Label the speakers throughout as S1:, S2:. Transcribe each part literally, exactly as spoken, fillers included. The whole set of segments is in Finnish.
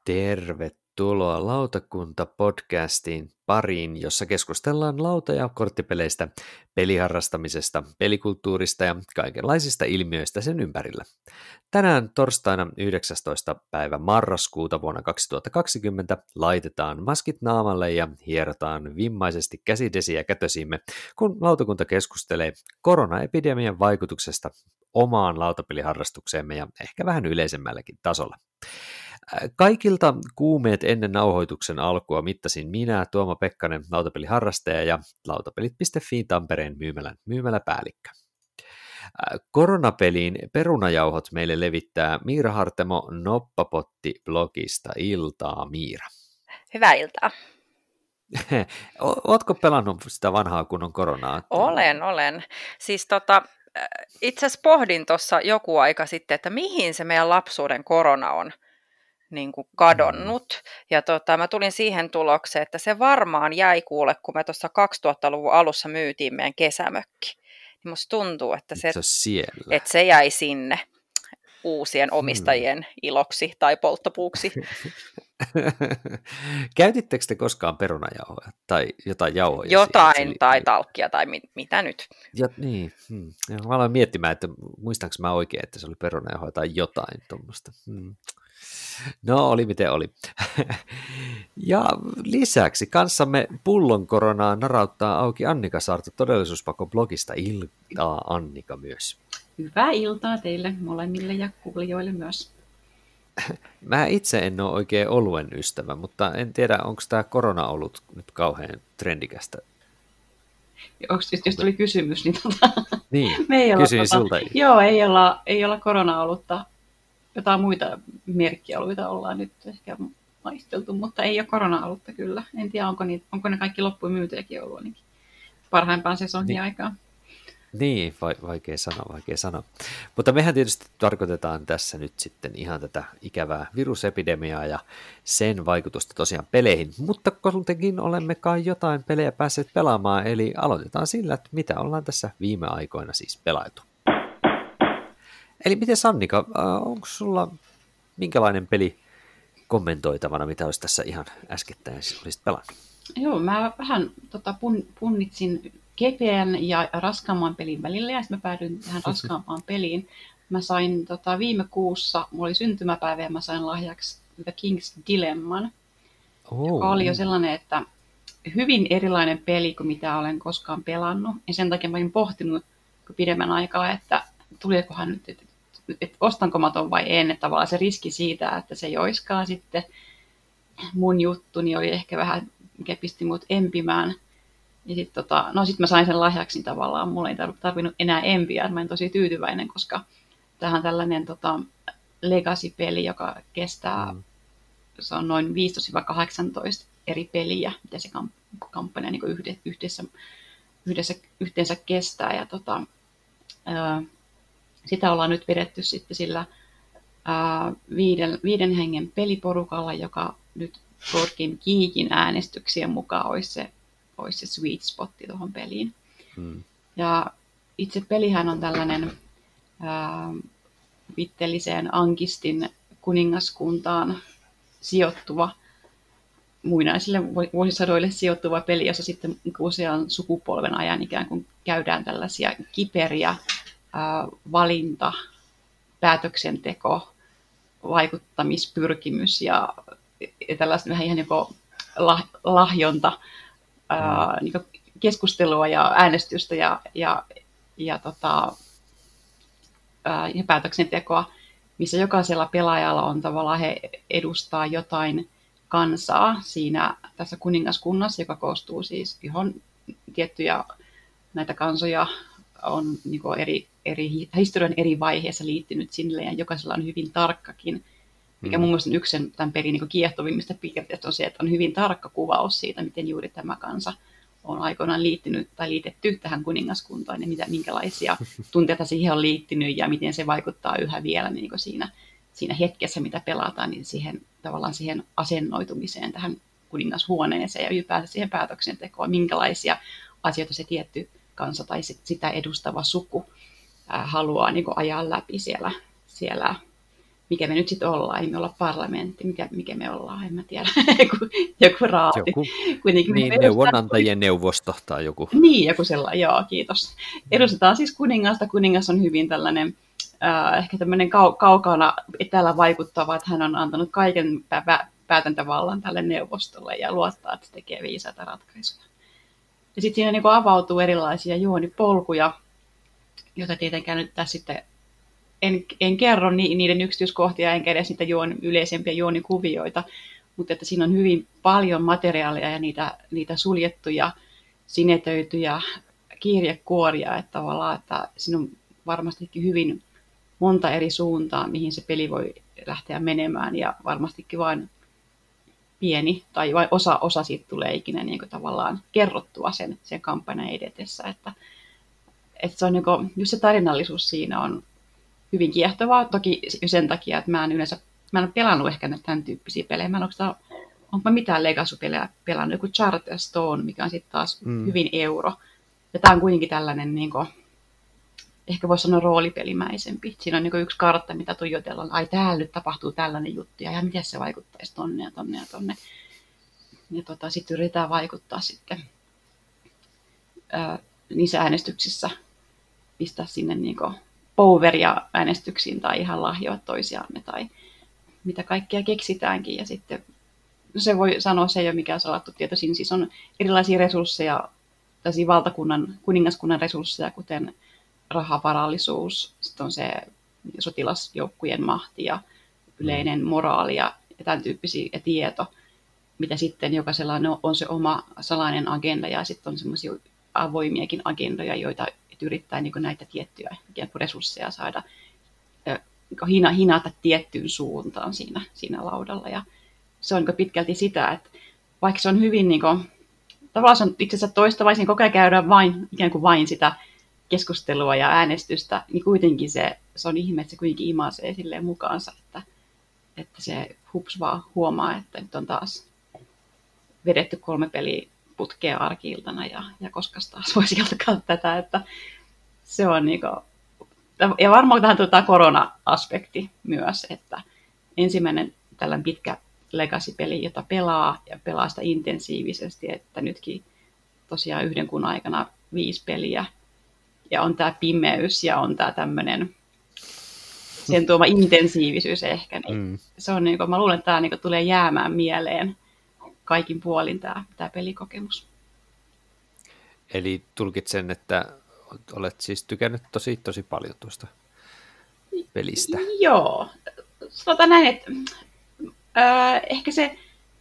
S1: Tervetuloa Lautakunta-podcastin pariin, jossa keskustellaan lauta- ja korttipeleistä, peliharrastamisesta, pelikulttuurista ja kaikenlaisista ilmiöistä sen ympärillä. Tänään torstaina yhdeksästoista päivä marraskuuta vuonna kaksituhattakaksikymmentä laitetaan maskit naamalle ja hierotaan vimmaisesti käsidesiä kätösiimme, kun lautakunta keskustelee koronaepidemian vaikutuksesta omaan lautapeliharrastukseemme ja ehkä vähän yleisemmälläkin tasolla. Kaikilta kuumeet ennen nauhoituksen alkua mittasin minä, Tuomo Pekkanen, lautapeliharrastaja ja lautapelit piste fi Tampereen myymälän myymäläpäällikkö. Koronapeliin perunajauhot meille levittää Miira Hartemo Noppapotti-blogista. Iltaa, Miira.
S2: Hyvää iltaa.
S1: Ootko pelannut sitä vanhaa kunnon koronaa?
S2: Olen, olen. Siis tota, itse asiassa pohdin tuossa joku aika sitten, että mihin se meidän lapsuuden korona on niin kuin kadonnut. Mm. Ja tota, mä tulin siihen tulokseen, että se varmaan jäi kuule, kun me tuossa kaksituhattaluvun alussa myytiin meidän kesämökki. Niin musta tuntuu, että se,
S1: se,
S2: että se jäi sinne uusien omistajien mm. iloksi tai polttopuuksi.
S1: Käytittekö te koskaan perunajauhoja tai jotain jauhoja?
S2: Jotain
S1: siihen,
S2: tai oli... talkkia tai mit, mitä nyt?
S1: Ja, niin, hmm. Mä aloin miettimään, että muistanko mä oikein, että se oli perunajauhoja tai jotain tuommoista. Hmm. No, oli miten oli. Ja lisäksi kanssamme pullon koronaa narauttaa auki Annika Saarto Todellisuuspako blogista. Iltaa, Annika, myös.
S3: Hyvää iltaa teille molemmille ja kuulijoille myös.
S1: Mä itse en ole oikein oluen ystävä, mutta en tiedä, onko tämä korona ollut nyt kauhean trendikästä.
S3: Onko, jos tuli kysymys, niin, tota,
S1: niin
S3: me ei
S1: kysyin
S3: olla, tota,
S1: sulta.
S3: Joo, ei olla, ei olla korona-olutta. Jotain muita merkkialueita ollaan nyt ehkä maisteltu, mutta ei ole korona-olutta kyllä. En tiedä, onko, niitä, onko ne kaikki loppuun myytyjäkin ollut ainakin parhaimpaan sesonkin
S1: niin.
S3: aikaan.
S1: Niin, vaikea sanoa, vaikea sanoa. Mutta mehän tietysti tarkoitetaan tässä nyt sitten ihan tätä ikävää virusepidemiaa ja sen vaikutusta tosiaan peleihin. Mutta kuitenkin olemmekaan jotain pelejä päässeet pelaamaan, eli aloitetaan sillä, että mitä ollaan tässä viime aikoina siis pelailtu. Eli miten Annika, onko sulla minkälainen peli kommentoitavana, mitä olisi tässä ihan äskettäin olisit pelannut?
S3: Joo, mä vähän tota, pun, punnitsin kepeän ja raskaamman pelin välillä, ja sitten mä päädyin tähän raskaampaan peliin. Mä sain tota, viime kuussa, mulla oli syntymäpäivä, ja mä sain lahjaksi The King's Dilemman, oh. joka oli jo sellainen, että hyvin erilainen peli kuin mitä olen koskaan pelannut. Ja sen takia mä olin pohtinut pidemmän aikaa, että tulikohan nyt, että, että ostanko mä ton vai en. Että tavallaan se riski siitä, että se joiskaa sitten mun juttu, niin oli ehkä vähän, mikä pisti mut empimään. Ja sitten tota, no sit mä sain sen lahjaksi, niin tavallaan mulla ei tarvinnut enää empiä. Mä en tosi tyytyväinen, koska tämähän on tällainen tota, legacy-peli, joka kestää, mm. se on noin viisitoista kahdeksantoista eri peliä, mitä se kampanja niin yhdessä, yhdessä, yhteensä kestää. Ja tota, ää, sitä ollaan nyt vedetty sitten sillä ää, viiden, viiden hengen peliporukalla, joka nyt Board Game Geekin äänestyksien mukaan olisi se, olisi se sweet spotti tuohon peliin. Hmm. Ja itse pelihän on tällainen ää, vittelliseen Ankistin kuningaskuntaan sijoittuva, muinaisille vuosisadoille sijoittuva peli, jossa sitten usean sukupolven ajan ikään kuin käydään tällaisia kiperiä ää, valinta, päätöksenteko, vaikuttamispyrkimys ja, ja tällaista vähän ihan joko lah, lahjonta, ää, niin kuin keskustelua ja äänestystä ja, ja, ja, tota, ää, ja päätöksentekoa, missä jokaisella pelaajalla on tavallaan, he edustaa jotain kansaa siinä tässä kuningaskunnassa, joka koostuu siis, johon tiettyjä näitä kansoja on niin kuin eri, eri, historian eri vaiheissa liittynyt sinne, ja jokaisella on hyvin tarkkakin, mikä mm. mun mielestä on yksi tämän pelin niin kuin kiehtovimmista piirteistä on se, että on hyvin tarkka kuvaus siitä, miten juuri tämä kansa on aikoinaan liittynyt tai liitetty tähän kuningaskuntaan, ja mitä, minkälaisia tunteita siihen on liittynyt, ja miten se vaikuttaa yhä vielä niin kuin siinä, siinä hetkessä, mitä pelataan, niin siihen, tavallaan siihen asennoitumiseen tähän kuningashuoneeseen ja ylipäänsä siihen päätöksentekoon, minkälaisia asioita se tietty kansa tai sitä edustava suku ää, haluaa niin kuin ajaa läpi siellä, siellä mikä me nyt sitten ollaan, ei me olla parlamentti, mikä, mikä me ollaan, en mä tiedä, joku, joku raati.
S1: Joku,
S3: Kuitenkin
S1: niin, neuvonantajien neuvosto tai joku.
S3: Niin, joku sellainen, joo, kiitos. Edustetaan siis kuningasta, kuningas on hyvin tällainen, äh, ehkä tämmöinen kau- kaukana etäällä vaikuttava, että hän on antanut kaiken pä- päätäntävallan tälle neuvostolle ja luottaa, että se tekee viisaita ratkaisuja. Ja sitten siinä niin kuin avautuu erilaisia juonipolkuja, joita tietenkään nyt tässä sitten en, en kerro ni, niiden yksityiskohtia, enkä edes niitä juon, yleisempiä juonikuvioita, mutta että siinä on hyvin paljon materiaalia ja niitä, niitä suljettuja, sinetöityjä kirjekuoria, että tavallaan, että siinä on varmastikin hyvin monta eri suuntaa, mihin se peli voi lähteä menemään, ja varmastikin vain pieni, tai vain osa, osa siitä tulee ikinä niin kuin tavallaan kerrottua sen, sen kampanjan edetessä, että, että se on niin kuin, just se tarinallisuus siinä on hyvin kiehtovaa, toki sen takia, että mä en yleensä, mä en ole pelannut ehkä tämän tyyppisiä pelejä, mä en ole onko mitään Legacy-pelejä pelannut, joku Charterstone, mikä on sitten taas mm. hyvin euro. Ja tämä on kuitenkin tällainen, niin kuin, ehkä voisi sanoa roolipelimäisempi. Siinä on niin kuin yksi kartta, mitä tuijotellaan, ai täällä nyt tapahtuu tällainen juttu, ja miten se vaikuttaisi tonne ja tonne ja tonne. Ja tota, sitten yritetään vaikuttaa sitten ää, niissä äänestyksissä, pistää sinne niin kuin poweria äänestyksiin tai ihan lahjoa toisiamme tai mitä kaikkea keksitäänkin, ja sitten se voi sanoa, se ei ole mikään salattu tieto. Siinä siis on erilaisia resursseja, tällaisia valtakunnan, kuningaskunnan resursseja, kuten rahavarallisuus, sitten on se sotilasjoukkujen mahti ja yleinen moraali ja tämän tyyppisiä ja tieto, mitä sitten jokaisella on se oma salainen agenda, ja sitten on semmoisia avoimiakin agendoja, joita yrittää niin kuin näitä tiettyjä resursseja saada niin hinata tiettyyn suuntaan siinä, siinä laudalla. Ja se on niin pitkälti sitä, että vaikka se on hyvin, niin kuin, tavallaan se on itse asiassa toistavaisin, koko ajan käydään vain, ikään kuin vain sitä keskustelua ja äänestystä, niin kuitenkin se, se on ihme, että se kuitenkin imaisee silleen mukaansa, että, että se hups vaan huomaa, että nyt on taas vedetty kolme peliä putkea arki-iltana ja, ja koska taas voisi jatkaa tätä, että se on niin kuin, ja varmaan tähän tulee tämä korona-aspekti myös, että ensimmäinen tällainen pitkä Legacy-peli, jota pelaa ja pelaa sitä intensiivisesti, että nytkin tosiaan yhden kuun aikana viisi peliä, ja on tämä pimeys ja on tämä tämmöinen sen tuoma intensiivisyys ehkä, niin mm. se on niin kuin, mä luulen, että tämä niin kuin tulee jäämään mieleen kaikin puolin tämä, tämä pelikokemus.
S1: Eli tulkitsen, että olet siis tykännyt tosi, tosi paljon tuosta pelistä.
S3: Joo, sanotaan näin, että äh, ehkä se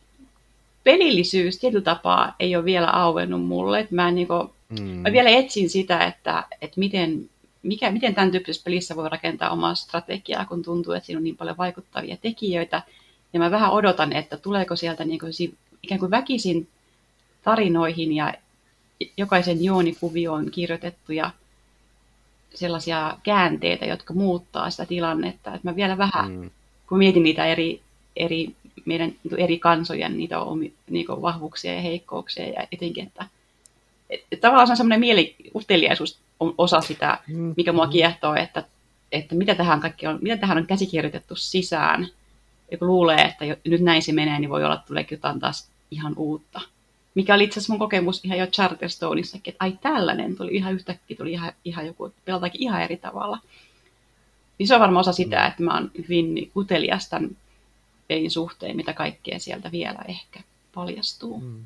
S3: pelillisyys tietyllä tapaa ei ole vielä auennut mulle. Että mä, niin kuin, mm. mä vielä etsin sitä, että, että miten, mikä, miten tämän tyyppisessä pelissä voi rakentaa omaa strategiaa, kun tuntuu, että siinä on niin paljon vaikuttavia tekijöitä. Ja mä vähän odotan, että tuleeko sieltä niin kuin, ikään kuin väkisin tarinoihin ja jokaisen juonikuvioon kirjoitettuja sellaisia käänteitä, jotka muuttaa sitä tilannetta. Että mä vielä vähän, mm. kun mietin niitä eri, eri, meidän eri kansojen niitä omi, niin vahvuuksia ja heikkouksia, ja etenkin, että, että tavallaan se on semmoinen mieliuteliaisuus on osa sitä, mikä mua kiehtoo, että, että mitä, tähän kaikki on, mitä tähän on käsikirjoitettu sisään. Ja kun luulee, että nyt näin se menee, niin voi olla, että tuleekin jotain taas ihan uutta. Mikä oli itse asiassa mun kokemus ihan jo Charterstoneissakin, että ai tällainen, tuli ihan yhtäkkiä, tuli ihan, ihan joku, pelataankin ihan eri tavalla. Niin se on varmaan osa sitä, että mä oon hyvin utelias tämän pelin suhteen, mitä kaikkea sieltä vielä ehkä paljastuu. Mm.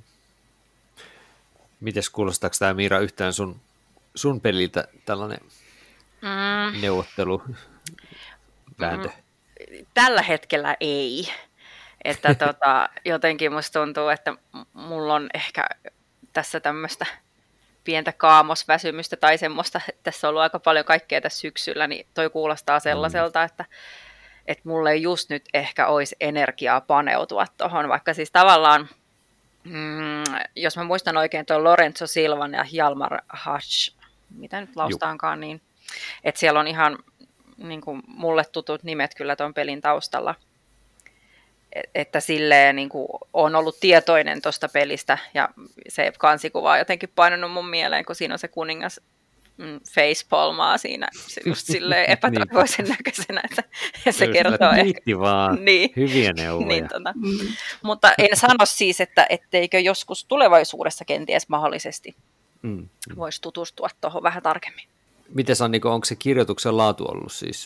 S1: Mites kuulostaako tämä, Miira, yhtään sun, sun peliltä tällainen mm. neuvotteluvääntö?
S2: Mm. Tällä hetkellä ei. Että tota, jotenkin musta tuntuu, että mulla on ehkä tässä tämmöistä pientä kaamosväsymystä tai semmoista, että tässä on ollut aika paljon kaikkea tässä syksyllä, niin toi kuulostaa sellaiselta, että, että mulla ei just nyt ehkä olisi energiaa paneutua tuohon, vaikka siis tavallaan, mm, jos mä muistan oikein tuon Lorenzo Silvan ja Hjalmar Hatch, mitä nyt laustaankaan, niin että siellä on ihan niin kuin mulle tutut nimet kyllä tuon pelin taustalla. Että silleen niin kuin olen ollut tietoinen tuosta pelistä, ja se kansikuva on jotenkin painanut mun mieleen, kun siinä on se kuningas mm, facepalmaa siinä just silleen epätoivoisen näköisenä, että, ja se
S1: Just
S2: kertoo
S1: sillä,
S2: ehkä.
S1: kiitti vaan,
S2: Niin,
S1: hyviä neuvoja.
S2: niin, tota.
S3: Mm.
S2: Mutta en sano siis, että etteikö joskus tulevaisuudessa kenties mahdollisesti
S1: Mm, mm.
S2: voisi tutustua tuohon vähän tarkemmin.
S1: Miten Anniko, onko se kirjoituksen laatu ollut siis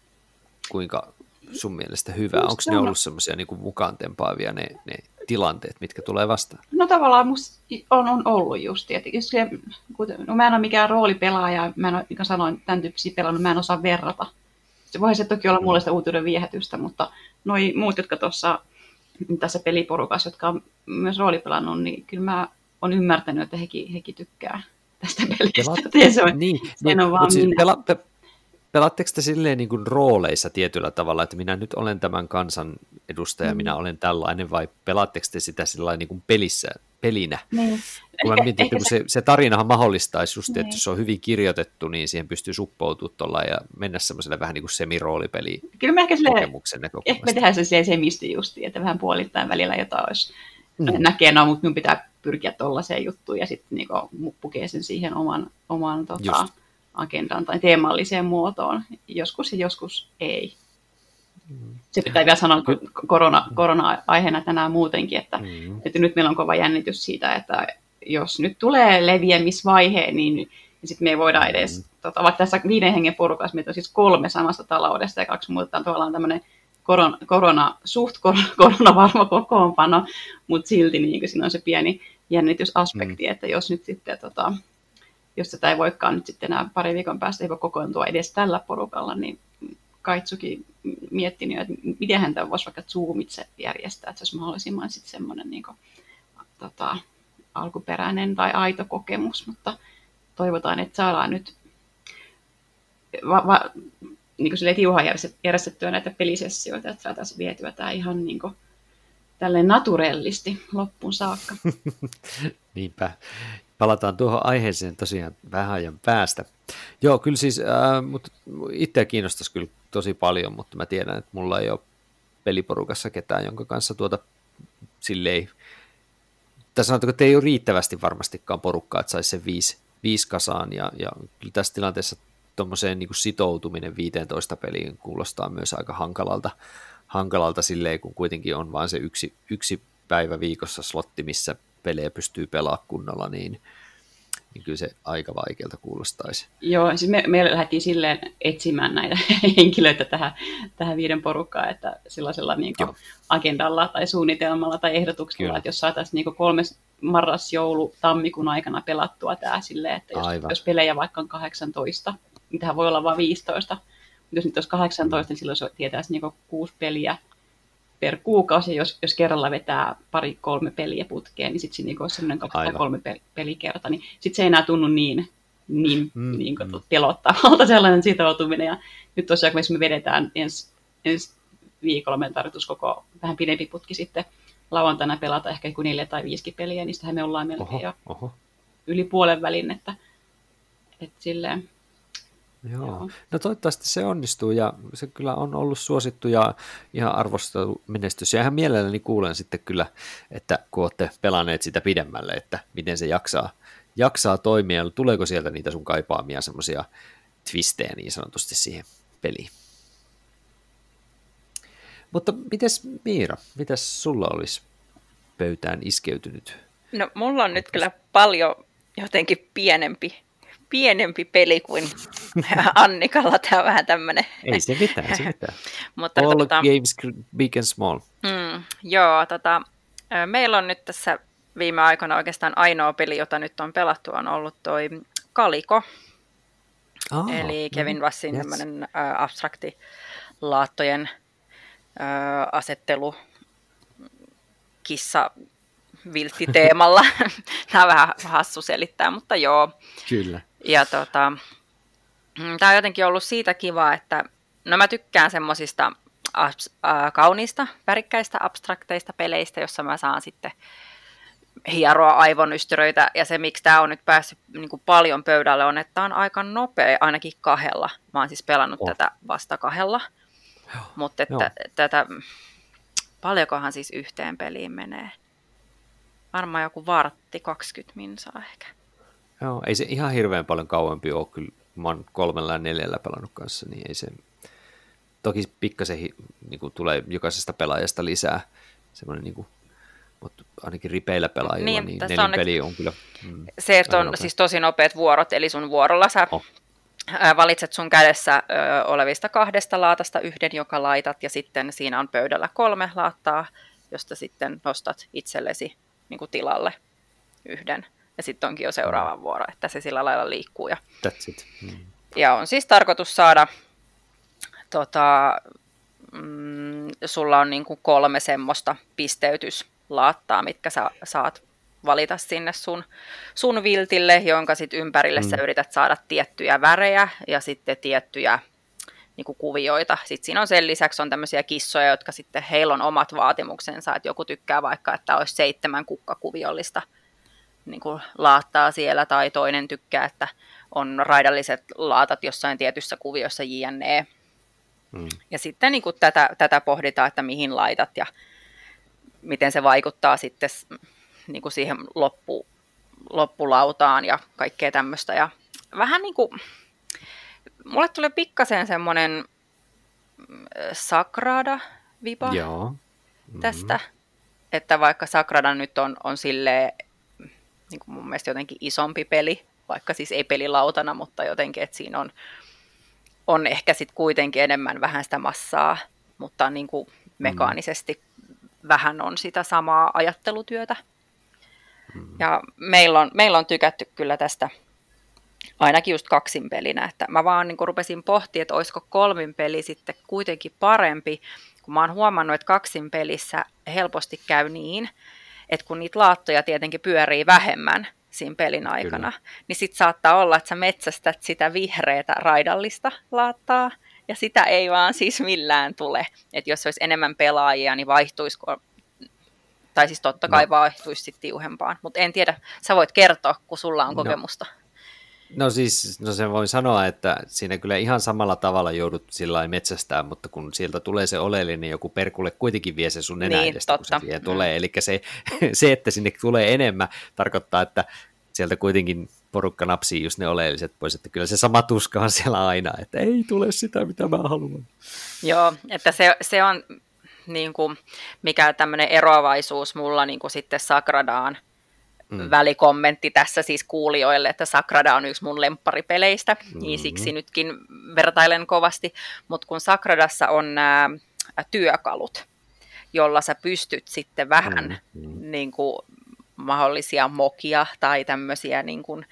S1: kuinka sun mielestä hyvä?
S3: Just
S1: Onko ne
S3: on.
S1: ollut semmoisia niin mukaan tempaavia ne, ne tilanteet, mitkä tulee vastaan?
S3: No tavallaan musta on, on ollut just. Että just se, kuten, no mä en ole mikään roolipelaaja, mä en ole, niin kuin sanoin, tämän tyyppisiä pelannut, mä en osaa verrata. Se voi se toki olla mulle sitä uutuuden viehätystä, mutta noi muut, jotka tuossa tässä peliporukassa, jotka on myös roolipelannut, niin kyllä mä oon ymmärtänyt, että hekin, hekin tykkää tästä pelistä.
S1: Pelaat,
S3: se on,
S1: niin,
S3: se
S1: niin,
S3: on vaan
S1: mutta siis
S3: minä.
S1: pela, pe, pelaatteko te silleen niin kuin rooleissa tietyllä tavalla, että minä nyt olen tämän kansan edustaja, mm. minä olen tällainen, vai pelaatteko te sitä sillä niin kuin pelissä, pelinä?
S3: Niin.
S1: Kun mä
S3: Ehkä-
S1: mietin, että
S3: ehkä
S1: kun se, se tarinahan mahdollistaisi just, että
S3: Niin.
S1: jos se on hyvin kirjoitettu, niin siihen pystyy suppoutumaan tuolla ja mennä semmoiselle vähän niin kuin semiroolipeli
S3: Kyllä me ehkä silleen,
S1: kokemuksen
S3: ehkä me
S1: näkökulmasta.
S3: tehdään se siellä semisti justiin, että vähän puolittain välillä jotain olisi
S1: Mm.
S3: näkee, no, mutta minun pitää pyrkiä tuollaiseen juttuun ja sitten niinku pukee sen siihen oman, oman tota,
S1: Just.
S3: agendaan tai teemalliseen muotoon. Joskus ja joskus ei.
S1: Mm.
S3: Se pitää vielä sanoa kun korona, korona-aiheena tänään muutenkin, että,
S1: Mm.
S3: että nyt meillä on kova jännitys siitä, että jos nyt tulee leviämisvaihe, niin sitten me ei voida edes,
S1: Mm.
S3: tota, vaikka tässä viiden hengen porukassa meitä on siis kolme samasta taloudesta ja kaksi muuta on tavallaan tämmöinen korona, korona, suht korona, koronavarma kokoonpano, mutta silti niin siinä on se pieni jännitysaspekti, mm. että jos nyt sitten, tota, jos tätä ei voikaan nyt sitten enää pari viikon päästä ei voi kokoontua edes tällä porukalla, niin Kaitsukin miettinyt, että miten hän tämän voisi vaikka Zoomitse järjestää, että se olisi mahdollisimman sitten semmoinen niin kuin, tota, alkuperäinen tai aito kokemus, mutta toivotaan, että saadaan nyt va- va- niin kuin silleen tiuhaan järjestettyä näitä pelisessioita, että saataisiin vietyä tämä ihan niin kuin tälleen naturellisti loppuun saakka.
S1: Niinpä. Palataan tuohon aiheeseen tosiaan vähän ajan päästä. Joo, kyllä siis, äh, mutta itseä kiinnostaisi kyllä tosi paljon, mutta mä tiedän, että mulla ei ole peliporukassa ketään, jonka kanssa tuota silleen, tai sanotaanko, että ei ole riittävästi varmastikaan porukkaa, että saisi sen viisi, viisi kasaan, ja, ja kyllä tässä tilanteessa tuommoiseen niin kuin sitoutuminen viisitoista peliin kuulostaa myös aika hankalalta, hankalalta silleen, kun kuitenkin on vain se yksi, yksi päivä viikossa slotti, missä pelejä pystyy pelaamaan kunnolla, niin, niin kyllä se aika vaikealta kuulostaisi.
S3: Joo, siis me, me lähdettiin silleen etsimään näitä henkilöitä tähän, tähän viiden porukkaan, että sellaisella niin kuin agendalla tai suunnitelmalla tai ehdotuksella, kyllä. Että jos saataisiin niin kuin kolme marras, joulu, tammikuun aikana pelattua tämä silleen, että jos, jos pelejä vaikka on kahdeksantoista, niin tähän voi olla vain viisitoista, mutta jos nyt olisi kahdeksantoista, mm. niin silloin se tietäisi niin kuin kuusi peliä per kuukausi, jos, jos kerralla vetää pari kolme peliä putkeen, niin sitten siinä olisi semmoinen kaksi tai kolme pelikerta, niin sitten se ei enää tunnu niin, niin, mm, niin kuin mm. pelottavalta sellainen sitoutuminen. Ja nyt tosiaan, kun me vedetään ensi, ensi viikolla, meidän tarkoitus koko vähän pidempi putki sitten lauantaina pelata ehkä joku neljä tai viisikin peliä, niin sitähän me ollaan melkein oho, jo oho. yli puolen välin, että, että silleen.
S1: Joo. Joo. No toivottavasti se onnistuu ja se kyllä on ollut suosittu ja ihan arvostettu menestys. Ja ihan mielelläni kuulen sitten kyllä, että kun olette pelanneet sitä pidemmälle, että miten se jaksaa, jaksaa toimia. Tuleeko sieltä niitä sun kaipaamia semmoisia twistejä niin sanotusti siihen peliin? Mutta mites Miira, mitäs sulla olisi pöytään iskeytynyt?
S2: No mulla on nyt kyllä paljon jotenkin pienempi. pienempi peli kuin Annikalla, tämä on vähän tämmöinen.
S1: Ei se mitään, ei se mitään.
S2: Mutta
S1: all
S2: tota,
S1: games big and small.
S2: Mm, joo, tota, meillä on nyt tässä viime aikoina oikeastaan ainoa peli, jota nyt on pelattu, on ollut toi Kaliko. Oh, eli Kevin Wassin yes. tämmöinen äh, abstrakti laattojen äh, asettelu kissa vilttiteemalla. Tämä on vähän hassu selittää, mutta joo.
S1: Kyllä.
S2: Ja tota, tämä on jotenkin ollut siitä kiva, että no mä tykkään semmosista abs- äh, kauniista, värikkäistä, abstrakteista peleistä, jossa mä saan sitten hieroa aivonystyröitä. Ja se, miksi tämä on nyt päässyt niin kuin paljon pöydälle, on, että tämä on aika nopea, ainakin kahdella. Mä oon siis pelannut oh. tätä vasta kahdella. Mutta että tätä, paljonkohan siis yhteen peliin menee? Varmaan joku vartti, kaksikymmentä minsaa ehkä.
S1: Joo, ei se ihan hirveän paljon kauempi ole kyllä. Mä oon kolmella ja neljällä pelannut kanssa, niin ei se... Toki pikkasen niin kuin tulee jokaisesta pelaajasta lisää semmoinen, niin kuin, mutta ainakin ripeillä pelaajilla, niin, niin nelin on, peli on kyllä... Mm,
S2: se, että on siis tosi nopeat vuorot, eli sun vuorolla sä oh. valitset sun kädessä ö, olevista kahdesta laatasta yhden, joka laitat, ja sitten siinä on pöydällä kolme laattaa, josta sitten nostat itsellesi niin kuin tilalle yhden. Ja sitten onkin jo seuraava mm. vuoro, että se sillä lailla liikkuu. Ja,
S1: That's it. Mm.
S2: ja on siis tarkoitus saada... Tota, mm, sulla on niin kuin kolme semmoista pisteytyslaattaa, mitkä sä saat valita sinne sun, sun viltille, jonka sit ympärille mm. sä yrität saada tiettyjä värejä ja sitten tiettyjä niin kuin kuvioita. Sitten siinä on sen lisäksi on tämmöisiä kissoja, jotka sitten heillä on omat vaatimuksensa, että joku tykkää vaikka, että olisi seitsemän kukkakuviollista niin kuin laattaa siellä, tai toinen tykkää, että on raidalliset laatat jossain tietyssä kuviossa jne. Mm. Ja sitten niin kuin tätä, tätä pohditaan, että mihin laitat ja miten se vaikuttaa sitten niin kuin siihen loppu, loppulautaan ja kaikkea tämmöistä. Ja vähän niin kuin, mulle tulee pikkasen semmoinen Sagrada-viba
S1: Joo. Mm-hmm.
S2: tästä, että vaikka Sagrada nyt on, on silleen niin kuin mun mielestä jotenkin isompi peli, vaikka siis ei pelilautana, mutta jotenkin, että siinä on on ehkä sitten kuitenkin enemmän vähän sitä massaa, mutta niin kuin mekaanisesti mm. vähän on sitä samaa ajattelutyötä. Mm. Ja meillä on, meillä on tykätty kyllä tästä ainakin just kaksin pelinä, että mä vaan niin kuin rupesin pohtimaan, että olisiko kolmin peli sitten kuitenkin parempi, kun mä oon huomannut, että kaksin pelissä helposti käy niin, että kun niitä laattoja tietenkin pyörii vähemmän siinä pelin aikana, kyllä. niin sitten saattaa olla, että sä metsästät sitä vihreätä raidallista laattaa, ja sitä ei vaan siis millään tule. Että jos olisi enemmän pelaajia, niin vaihtuisiko, tai siis totta kai no. vaihtuisi sitten tiuhempaan. Mutta en tiedä, sä voit kertoa, kun sulla on kokemusta.
S1: No. No siis, no sen voin sanoa, että siinä kyllä ihan samalla tavalla joudut sillä lailla metsästää, mutta kun sieltä tulee se oleellinen, joku perkulle kuitenkin vie se sun nenäidestä, niin, kun se siihen tulee. Mm. Eli se, se, että sinne tulee enemmän, tarkoittaa, että sieltä kuitenkin porukka napsii just ne oleelliset pois, että kyllä se sama tuska on siellä aina, että ei tule sitä, mitä mä haluan.
S2: Joo, että se, se on niin kuin, mikä tämmöinen eroavaisuus mulla niin kuin sitten Sagradaan, Mm. välikommentti tässä siis kuulijoille, että Sagrada on yksi mun lempparipeleistä, mm-hmm. niin siksi nytkin vertailen kovasti, mutta kun Sagradassa on nämä työkalut, jolla sä pystyt sitten vähän mm-hmm. niin kuin, mahdollisia mokia tai tämmöisiä niin kuin,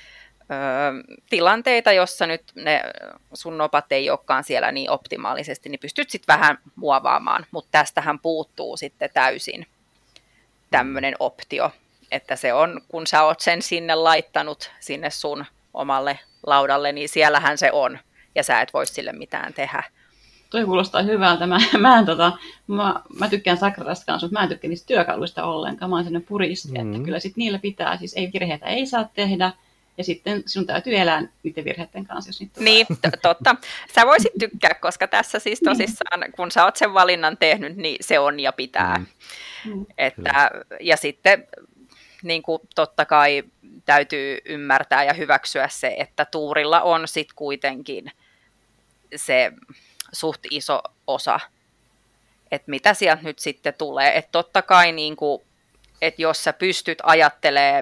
S2: ö, tilanteita, jossa nyt ne sun nopat ei olekaan siellä niin optimaalisesti, niin pystyt sitten vähän muovaamaan, mutta tästähän puuttuu sitten täysin tämmöinen optio. Että se on, kun sä oot sen sinne laittanut sinne sun omalle laudalle, niin siellähän se on, ja sä et voi sille mitään tehdä.
S3: Toi kuulostaa hyvältä. Mä, mä, en, tota, mä, mä tykkään Sagradasta kanssa, mutta mä en tykkää niistä työkaluista ollenkaan. Mä oon sellainen puristi, mm-hmm. että kyllä sit niillä pitää, siis ei virheitä ei saa tehdä, ja sitten sinun täytyy elää niiden virheiden kanssa, jos niitä tulee.
S2: Niin, t- totta. Sä voisit tykkää, koska tässä siis tosissaan, kun sä oot sen valinnan tehnyt, niin se on ja pitää. Mm. Että, ja sitten niin kuin totta kai täytyy ymmärtää ja hyväksyä se, että tuurilla on sitten kuitenkin se suht iso osa, että mitä sieltä nyt sitten tulee. Että totta kai, niin kuin, että jos sä pystyt ajattelemaan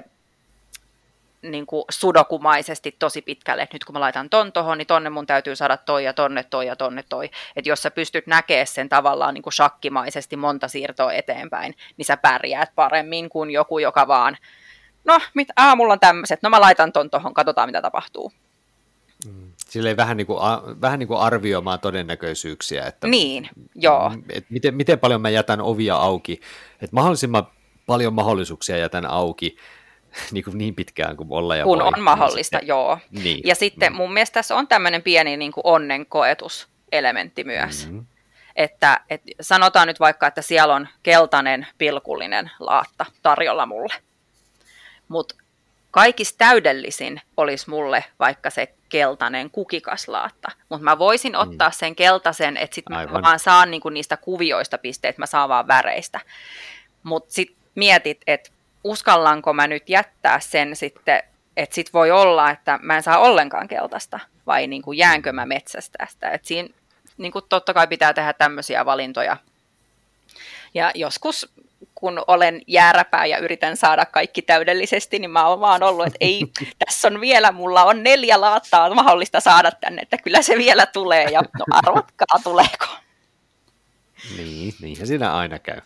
S2: niin kuin sudokumaisesti tosi pitkälle, että nyt kun mä laitan ton tohon, niin tonne mun täytyy saada toi ja tonne toi ja tonne toi. Että jos sä pystyt näkemään sen tavallaan niin kuin shakkimaisesti monta siirtoa eteenpäin, niin sä pärjäät paremmin kuin joku, joka vaan, no mit, aa, mulla on tämmöiset, no mä laitan ton tohon, katsotaan mitä tapahtuu.
S1: Silleen vähän niin kuin, vähän niin kuin arvioimaan todennäköisyyksiä, että
S2: niin, joo.
S1: Että miten, miten paljon mä jätän ovia auki, että mahdollisimman paljon mahdollisuuksia jätän auki, niin, kuin niin pitkään kuin olla ja
S2: kun
S1: voi.
S2: on mahdollista,
S1: niin
S2: joo.
S1: Niin.
S2: Ja sitten mun mielestä tässä on tämmöinen pieni niin kuin onnenkoetuselementti myös. Mm-hmm. Että, että sanotaan nyt vaikka, että siellä on keltainen pilkullinen laatta tarjolla mulle. Mutta kaikista täydellisin olisi mulle vaikka se keltainen kukikas laatta. Mutta mä voisin ottaa mm. sen keltaisen, että sitten mä vaan saan niinku niistä kuvioista pisteet, mä saan vaan väreistä. Mutta sitten mietit, että uskallanko mä nyt jättää sen sitten että sit voi olla, että mä en saa ollenkaan keltaista, vai niin kuin jäänkö mä metsästä sitä. Että siinä niin kuin totta kai pitää tehdä tämmöisiä valintoja. Ja joskus, kun olen jääräpää ja yritän saada kaikki täydellisesti, niin mä oon vaan ollut, että ei, tässä on vielä, mulla on neljä laattaa mahdollista saada tänne, että kyllä se vielä tulee, ja no arvatkaa, tuleeko.
S1: Niin, niinhän siinä aina käy.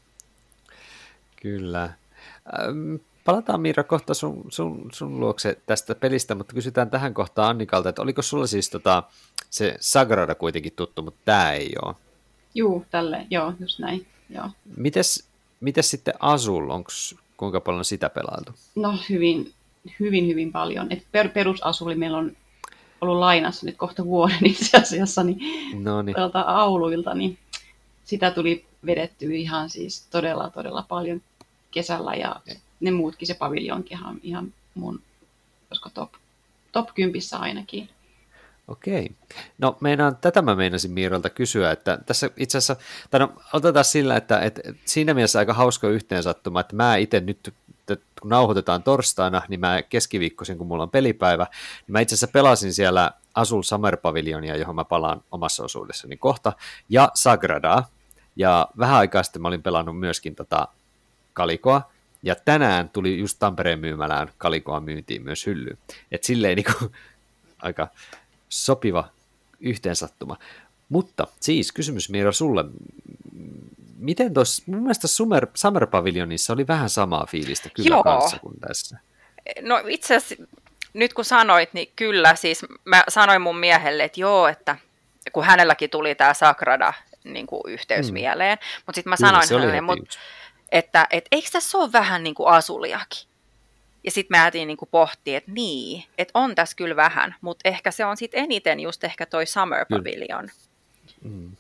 S1: Kyllä. Ähm, palataan Miira kohta sun, sun, sun luokse tästä pelistä, mutta kysytään tähän kohtaan Annikalta, että oliko sulla siis tota, se Sagrada kuitenkin tuttu, mutta tämä ei ole?
S3: Juu, tälle, joo, just näin. Joo.
S1: Mites, mites sitten Azul, onko kuinka paljon sitä pelailtu?
S3: No hyvin, hyvin, hyvin paljon. Et per, perusasuli meillä on ollut lainassa nyt kohta vuoden itse asiassa, niin
S1: Noniin.
S3: tuolta Auluilta, niin sitä tuli vedettyä ihan siis todella, todella paljon kesällä, ja ne muutkin, se paviljonkin ihan, ihan mun, koska top, top kympissä ainakin.
S1: Okei. No meinaan, tätä mä meinasin Miiralta kysyä, että tässä itse asiassa, tai no otetaan sillä, että, että siinä mielessä aika hauska yhteensattuma, että mä itse nyt, kun nauhoitetaan torstaina, niin mä keskiviikkoisin, kun mulla on pelipäivä, niin mä itse asiassa pelasin siellä Azul Summer Paviljonia, johon mä palaan omassa osuudessani kohta, ja Sagradaa, ja vähän aikaa sitten mä olin pelannut myöskin tota Kalikoa, ja tänään tuli just Tampereen myymälään Kalikoa myyntiin myös hyllyyn, että silleen niin kuin aika sopiva yhteensattuma. Mutta siis kysymys Miira sulle, miten tuossa, mun mielestä Summer, Summer Paviljonissa oli vähän samaa fiilistä kyllä
S2: Joo.
S1: kanssa kuin tässä.
S2: No itse asiassa nyt kun sanoit, niin kyllä, siis mä sanoin mun miehelle, että joo, että kun hänelläkin tuli tämä Sagrada niin kuin yhteys mm. mieleen, mutta sitten mä
S1: Kyllä,
S2: sanoin hänelle, mut, että et, eikö tässä ole vähän niin kuin Azuliakin? Ja sitten me jäätiin niinku pohtimaan, että niin, että on tässä kyllä vähän, mutta ehkä se on sitten eniten just ehkä toi Summer Pavilion.
S1: Mm.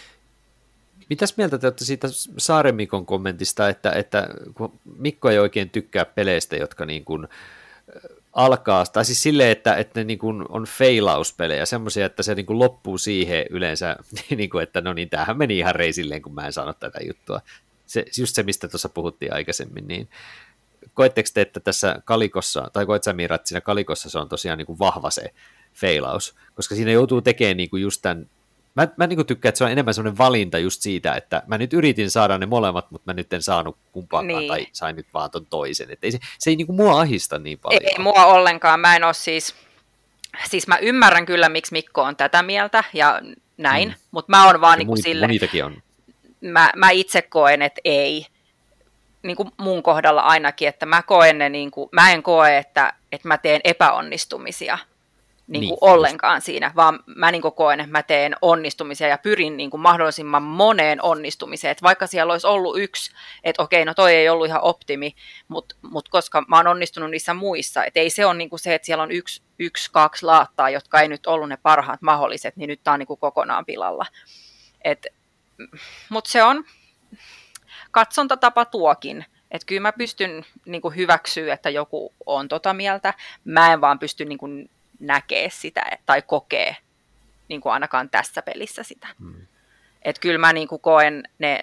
S1: Mitäs mieltä te olette siitä Saaren Mikon kommentista, että, että kun Mikko ei oikein tykkää peleistä, jotka niin kuin alkaa, tai siis silleen, että, että ne niin kuin on failauspelejä, semmoisia, että se niin kuin loppuu siihen yleensä, niin kuin, että no niin, tämähän meni ihan reisilleen, kun mä en saanut tätä juttua. Se, just se, mistä tuossa puhuttiin aikaisemmin, niin koetteko te, että tässä Kalikossa, tai koet sä Miira, että siinä Kalikossa se on tosiaan niin kuin vahva se feilaus, koska siinä joutuu tekemään niin kuin just tämän, mä, mä niin kuin tykkään, että se on enemmän semmoinen valinta just siitä, että mä nyt yritin saada ne molemmat, mutta mä nyt en saanut kumpaakaan, niin. Tai sain nyt vaan ton toisen, että ei se, se ei niin kuin mua ahista niin paljon.
S2: Ei, ei mua ollenkaan, mä en ole siis, siis mä ymmärrän kyllä, miksi Mikko on tätä mieltä ja näin, mm. mutta mä oon vaan niin kuin sille,
S1: on.
S2: Mä, mä itse koen, että ei. Niin kuin mun kohdalla ainakin, että mä koen ne, niin kuin, mä en koe, että, että mä teen epäonnistumisia niin kuin niin, ollenkaan just siinä, vaan mä niin kuin koen, että mä teen onnistumisia ja pyrin niin kuin mahdollisimman moneen onnistumiseen, että vaikka siellä olisi ollut yksi, että okei, no toi ei ollut ihan optimi, mutta mut koska mä oon onnistunut niissä muissa, että ei se ole niin kuin se, että siellä on yksi, yksi, kaksi laattaa, jotka ei nyt ollut ne parhaat mahdolliset, niin nyt tää on niin kuin kokonaan pilalla. Mutta se on katsontatapa tuokin, että kyllä mä pystyn niin kuin hyväksyä, että joku on tota mieltä, mä en vaan pysty niin kuin näkee sitä tai kokee niin kuin ainakaan tässä pelissä sitä. Hmm. Että kyllä mä niin kuin koen ne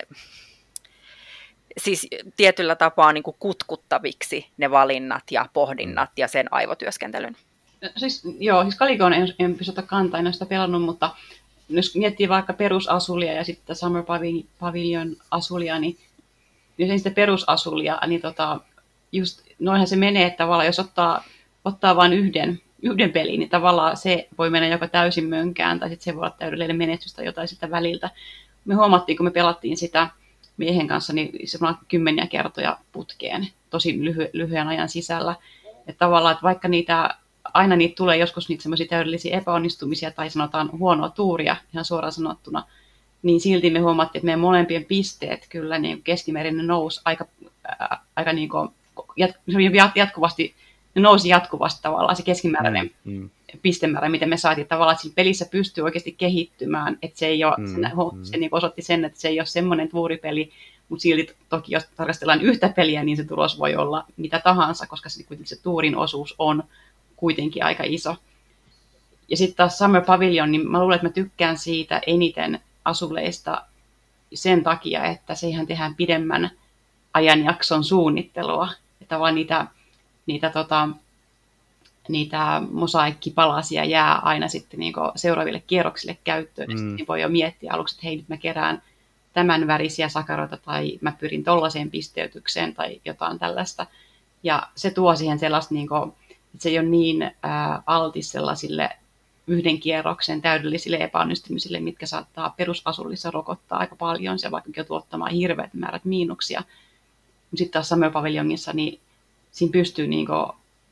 S2: siis tietyllä tapaa niin kuin kutkuttaviksi ne valinnat ja pohdinnat hmm. ja sen aivotyöskentelyn.
S3: Siis, joo, siis Kalikoon en, en pysy kantaa, en ole sitä pelannut, mutta jos miettii vaikka perusasulia ja sitten Summer Pavilion asulia, niin jos ei sitä perusasulia, niin tota, just noinhan se menee, että tavallaan jos ottaa, ottaa vain yhden, yhden pelin, niin tavallaan se voi mennä joko täysin mönkään, tai sitten se voi olla täydellinen menestys tai jotain sitä väliltä. Me huomattiin, kun me pelattiin sitä miehen kanssa, niin se on kymmeniä kertoja putkeen, tosi lyhy- lyhyen ajan sisällä. Että tavallaan, että vaikka niitä, aina niitä tulee joskus niitä semmoisia täydellisiä epäonnistumisia, tai sanotaan huonoa tuuria, ihan suoraan sanottuna, niin silti me huomattiin, että meidän molempien pisteet kyllä niin keskimäärin nousi aika, ää, aika niin kuin, jat, jatkuvasti, ne nousi jatkuvasti tavallaan se keskimääräinen mm, mm. pistemäärä, miten me saatiin tavallaan, että siinä pelissä pystyy oikeasti kehittymään, että se, ei ole, mm, se, mm. se niin osoitti sen, että se ei ole semmoinen tuuripeli, mutta silti toki jos tarkastellaan yhtä peliä, niin se tulos voi olla mitä tahansa, koska se, se tuurin osuus on kuitenkin aika iso. Ja sitten taas Summer Pavilion, niin mä luulen, että mä tykkään siitä eniten asuleista sen takia, että siihen tehdään pidemmän ajanjakson suunnittelua. Että vaan niitä, niitä tota, niitä mosaiikkipalasia jää aina sitten niin kuin seuraaville kierroksille käyttöön. Mm. Niin voi jo miettiä aluksi, että hei, nyt mä kerään tämän värisiä sakaroita tai mä pyrin tollaiseen pisteytykseen tai jotain tällaista. Ja se tuo siihen sellaista, niin kuin, että se ei ole niin ää, altis sellaisille yhden kierroksen täydellisille epäonnistumisille, mitkä saattaa perusasullissa rokottaa aika paljon. Se vaikka jo tuottamaan hirveät määrät miinuksia. Sitten taas Summer Pavilionissa, niin siinä pystyy niin kuin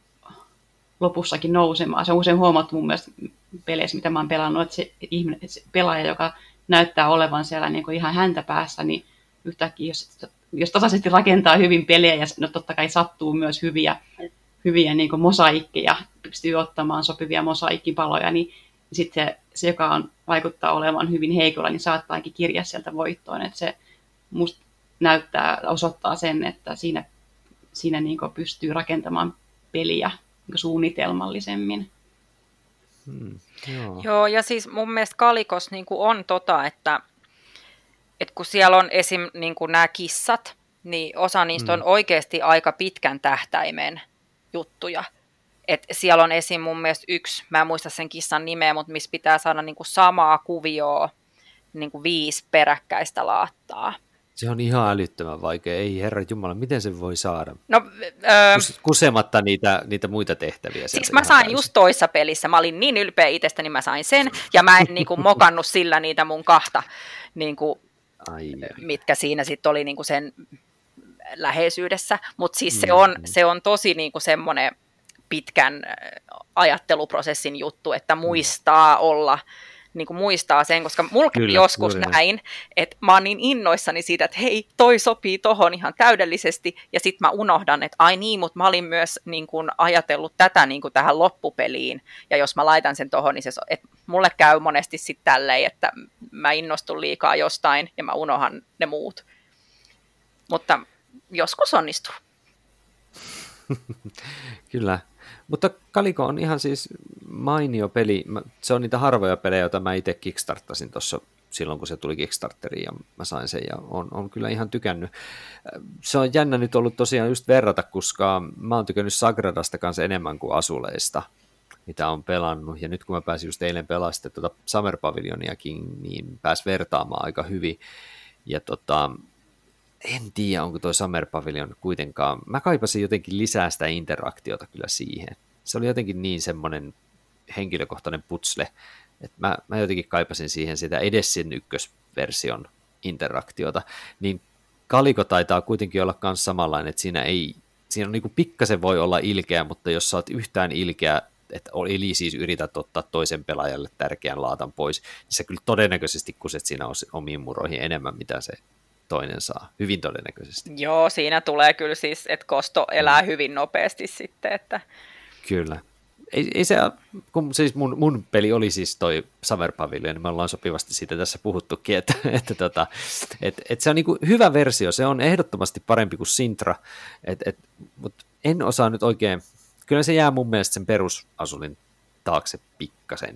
S3: lopussakin nousemaan. Se on usein huomattu mun mielestä peleissä, mitä mä oon pelannut, että se, ihminen, se pelaaja, joka näyttää olevan siellä niin kuin ihan häntä päässä, niin yhtäkkiä, jos, jos tasaisesti rakentaa hyvin pelejä, ja no totta kai sattuu myös hyviä, hyviä niin kuin mosaikkeja, pystyy ottamaan sopivia mosaikkipaloja, niin sitten se, se, joka on, vaikuttaa olevan hyvin heikolla, niin saattaakin kirjaa sieltä voittoon. Että se musta näyttää, osoittaa sen, että siinä, siinä niin kuin pystyy rakentamaan peliä niin kuin suunnitelmallisemmin.
S1: Hmm, joo.
S2: Joo, ja siis mun mielestä Kalikos niin kuin on tota, että, että kun siellä on esim. Niin kuin nämä kissat, niin osa niistä hmm. on oikeasti aika pitkän tähtäimen juttuja. Et siellä on esim. Mun mielestä yksi, mä en muista sen kissan nimeä, mutta missä pitää saada niin kuin samaa kuvioa niin kuin viisi peräkkäistä laattaa.
S1: Se on ihan älyttömän vaikea. Ei herra jumala, miten se voi saada?
S2: No, öö,
S1: Kusematta niitä, niitä muita tehtäviä.
S2: Siis mä sain just toissa pelissä. Mä olin niin ylpeä itsestäni, mä sain sen. Ja mä en niin kuin, mokannut sillä niitä mun kahta, niin kuin, ai, mitkä siinä sitten oli niin kuin sen läheisyydessä. Mutta siis se on, se on tosi niin kuin semmoinen pitkän ajatteluprosessin juttu, että muistaa olla... Niin kuin muistaa sen, koska mulla kävi joskus kyllä. näin, että mä oon niin innoissani siitä, että hei, toi sopii tohon ihan täydellisesti, ja sit mä unohdan, että ai niin, mutta mä olin myös niin kuin ajatellut tätä niin kuin tähän loppupeliin, ja jos mä laitan sen tohon, niin se, että mulle käy monesti sitten tälleen, että mä innostun liikaa jostain, ja mä unohan ne muut. Mutta joskus onnistuu.
S1: Kyllä. Mutta Kaliko on ihan siis mainio peli. Se on niitä harvoja pelejä, joita mä itse kickstarttasin tuossa silloin, kun se tuli Kickstarteriin ja mä sain sen ja on, on kyllä ihan tykännyt. Se on jännä nyt ollut tosiaan just verrata, koska mä oon tykännyt Sagradasta kanssa enemmän kuin Asuleista, mitä on pelannut. Ja nyt kun mä pääsin just eilen pelaamaan sitten tuota Summer Pavilioniakin, niin pääsi vertaamaan aika hyvin. Ja tota... En tiedä, onko toi Summer Pavilion kuitenkaan. Mä kaipasin jotenkin lisää sitä interaktiota kyllä siihen. Se oli jotenkin niin semmoinen henkilökohtainen putsle, että mä, mä jotenkin kaipasin siihen sitä edes sen ykkösversion interaktiota. Niin Kaliko taitaa kuitenkin olla myös samanlainen, että siinä ei, siinä on niin kuin pikkasen voi olla ilkeä, mutta jos sä oot yhtään ilkeä, että eli siis yrität ottaa toisen pelaajalle tärkeän laatan pois, niin sä kyllä todennäköisesti kuset siinä omiin muroihin enemmän, mitä se toinen saa, hyvin todennäköisesti.
S2: Joo, siinä tulee kyllä siis, että kosto elää hyvin nopeasti sitten. Että...
S1: Kyllä. Ei, ei se, kun siis mun, mun peli oli siis toi Summer Pavilion, niin me ollaan sopivasti siitä tässä puhuttukin, että, että, tota, että, että se on niin kuin hyvä versio, se on ehdottomasti parempi kuin Sintra, että, että, mutta en osaa nyt oikein, kyllä se jää mun mielestä sen perusasulin taakse pikkasen.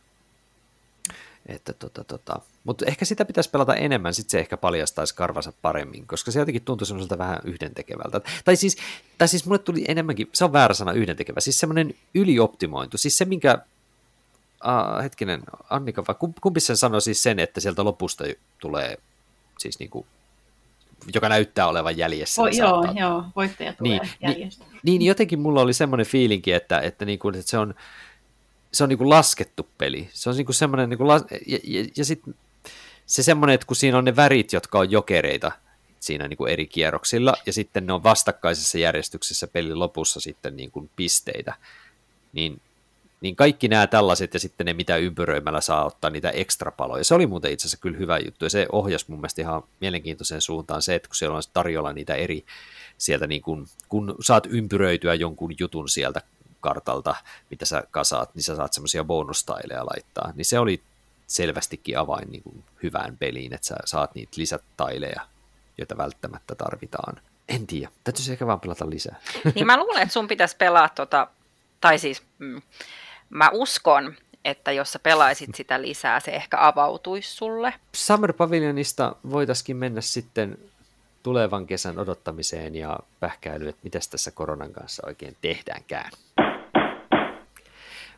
S1: Että tota, tota. Mutta ehkä sitä pitäisi pelata enemmän, sitten se ehkä paljastaisi karvansa paremmin, koska se jotenkin tuntui semmoiselta vähän yhdentekevältä. Tai siis, tai siis mulle tuli enemmänkin, se on väärä sana yhdentekevä, siis semmoinen ylioptimointu, siis se minkä, uh, hetkinen, Annika, vai kumpi sen sanoi siis sen, että sieltä lopusta tulee siis niinku, joka näyttää olevan jäljessä.
S3: Oh, joo, saattaa... joo, voittaja tulee
S1: niin,
S3: jäljestä.
S1: Niin, niin jotenkin mulla oli semmoinen fiilinki, että, että, niinku, että se on se on niinku laskettu peli. Se on niinku semmoinen, niinku las... ja, ja, ja sitten se semmoinen, että kun siinä on ne värit, jotka on jokereita siinä niinku eri kierroksilla, ja sitten ne on vastakkaisessa järjestyksessä pelin lopussa sitten niinku pisteitä, niin, niin kaikki nämä tällaiset, ja sitten ne, mitä ympyröimällä saa ottaa niitä ekstra paloja. Se oli muuten itse asiassa kyllä hyvä juttu, ja se ohjasi mun mielestä ihan mielenkiintoiseen suuntaan se, että kun siellä on tarjolla niitä eri, sieltä niin kun, kun saat ympyröityä jonkun jutun sieltä kartalta, mitä sä kasaat, niin sä saat semmoisia bonustaileja laittaa. Niin se oli selvästikin avain niin kuin hyvään peliin, että sä saat niitä lisätaileja, joita välttämättä tarvitaan. En tiedä, täytyisi ehkä vaan pelata lisää.
S2: Niin mä luulen, että sun pitäisi pelaa, tota, tai siis mm, mä uskon, että jos sä pelaisit sitä lisää, se ehkä avautuisi sulle.
S1: Summer Pavilionista voitaisiin mennä sitten tulevan kesän odottamiseen ja pähkäilyyn, että mitäs tässä koronan kanssa oikein tehdäänkään.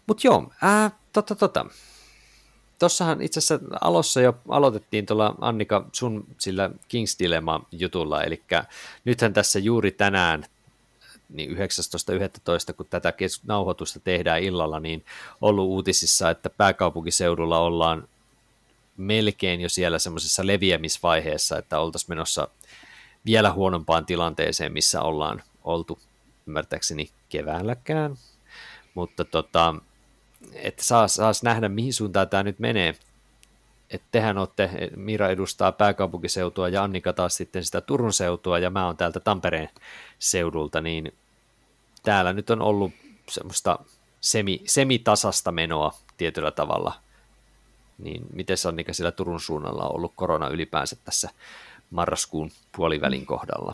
S1: Mutta joo, ää, tota, tota. Tuossahan itse asiassa alussa jo aloitettiin tuolla Annika sun sillä King's Dilemma-jutulla, eli nythän tässä juuri tänään, niin yhdeksästoista yhdestoista kun tätä kes- nauhoitusta tehdään illalla, niin ollut uutisissa, että pääkaupunkiseudulla ollaan melkein jo siellä semmoisessa leviämisvaiheessa, että oltaisiin menossa vielä huonompaan tilanteeseen, missä ollaan oltu ymmärtääkseni keväälläkään, mutta tota, että saas, saas nähdä, mihin suuntaan tämä nyt menee. Että tehän olette, Mira edustaa pääkaupunkiseutua ja Annika taas sitten sitä Turun seutua ja mä oon täältä Tampereen seudulta, niin täällä nyt on ollut semmoista semi, semitasasta menoa tietyllä tavalla. Niin miten Annika siellä Turun suunnalla on ollut korona ylipäänsä tässä marraskuun puolivälin kohdalla?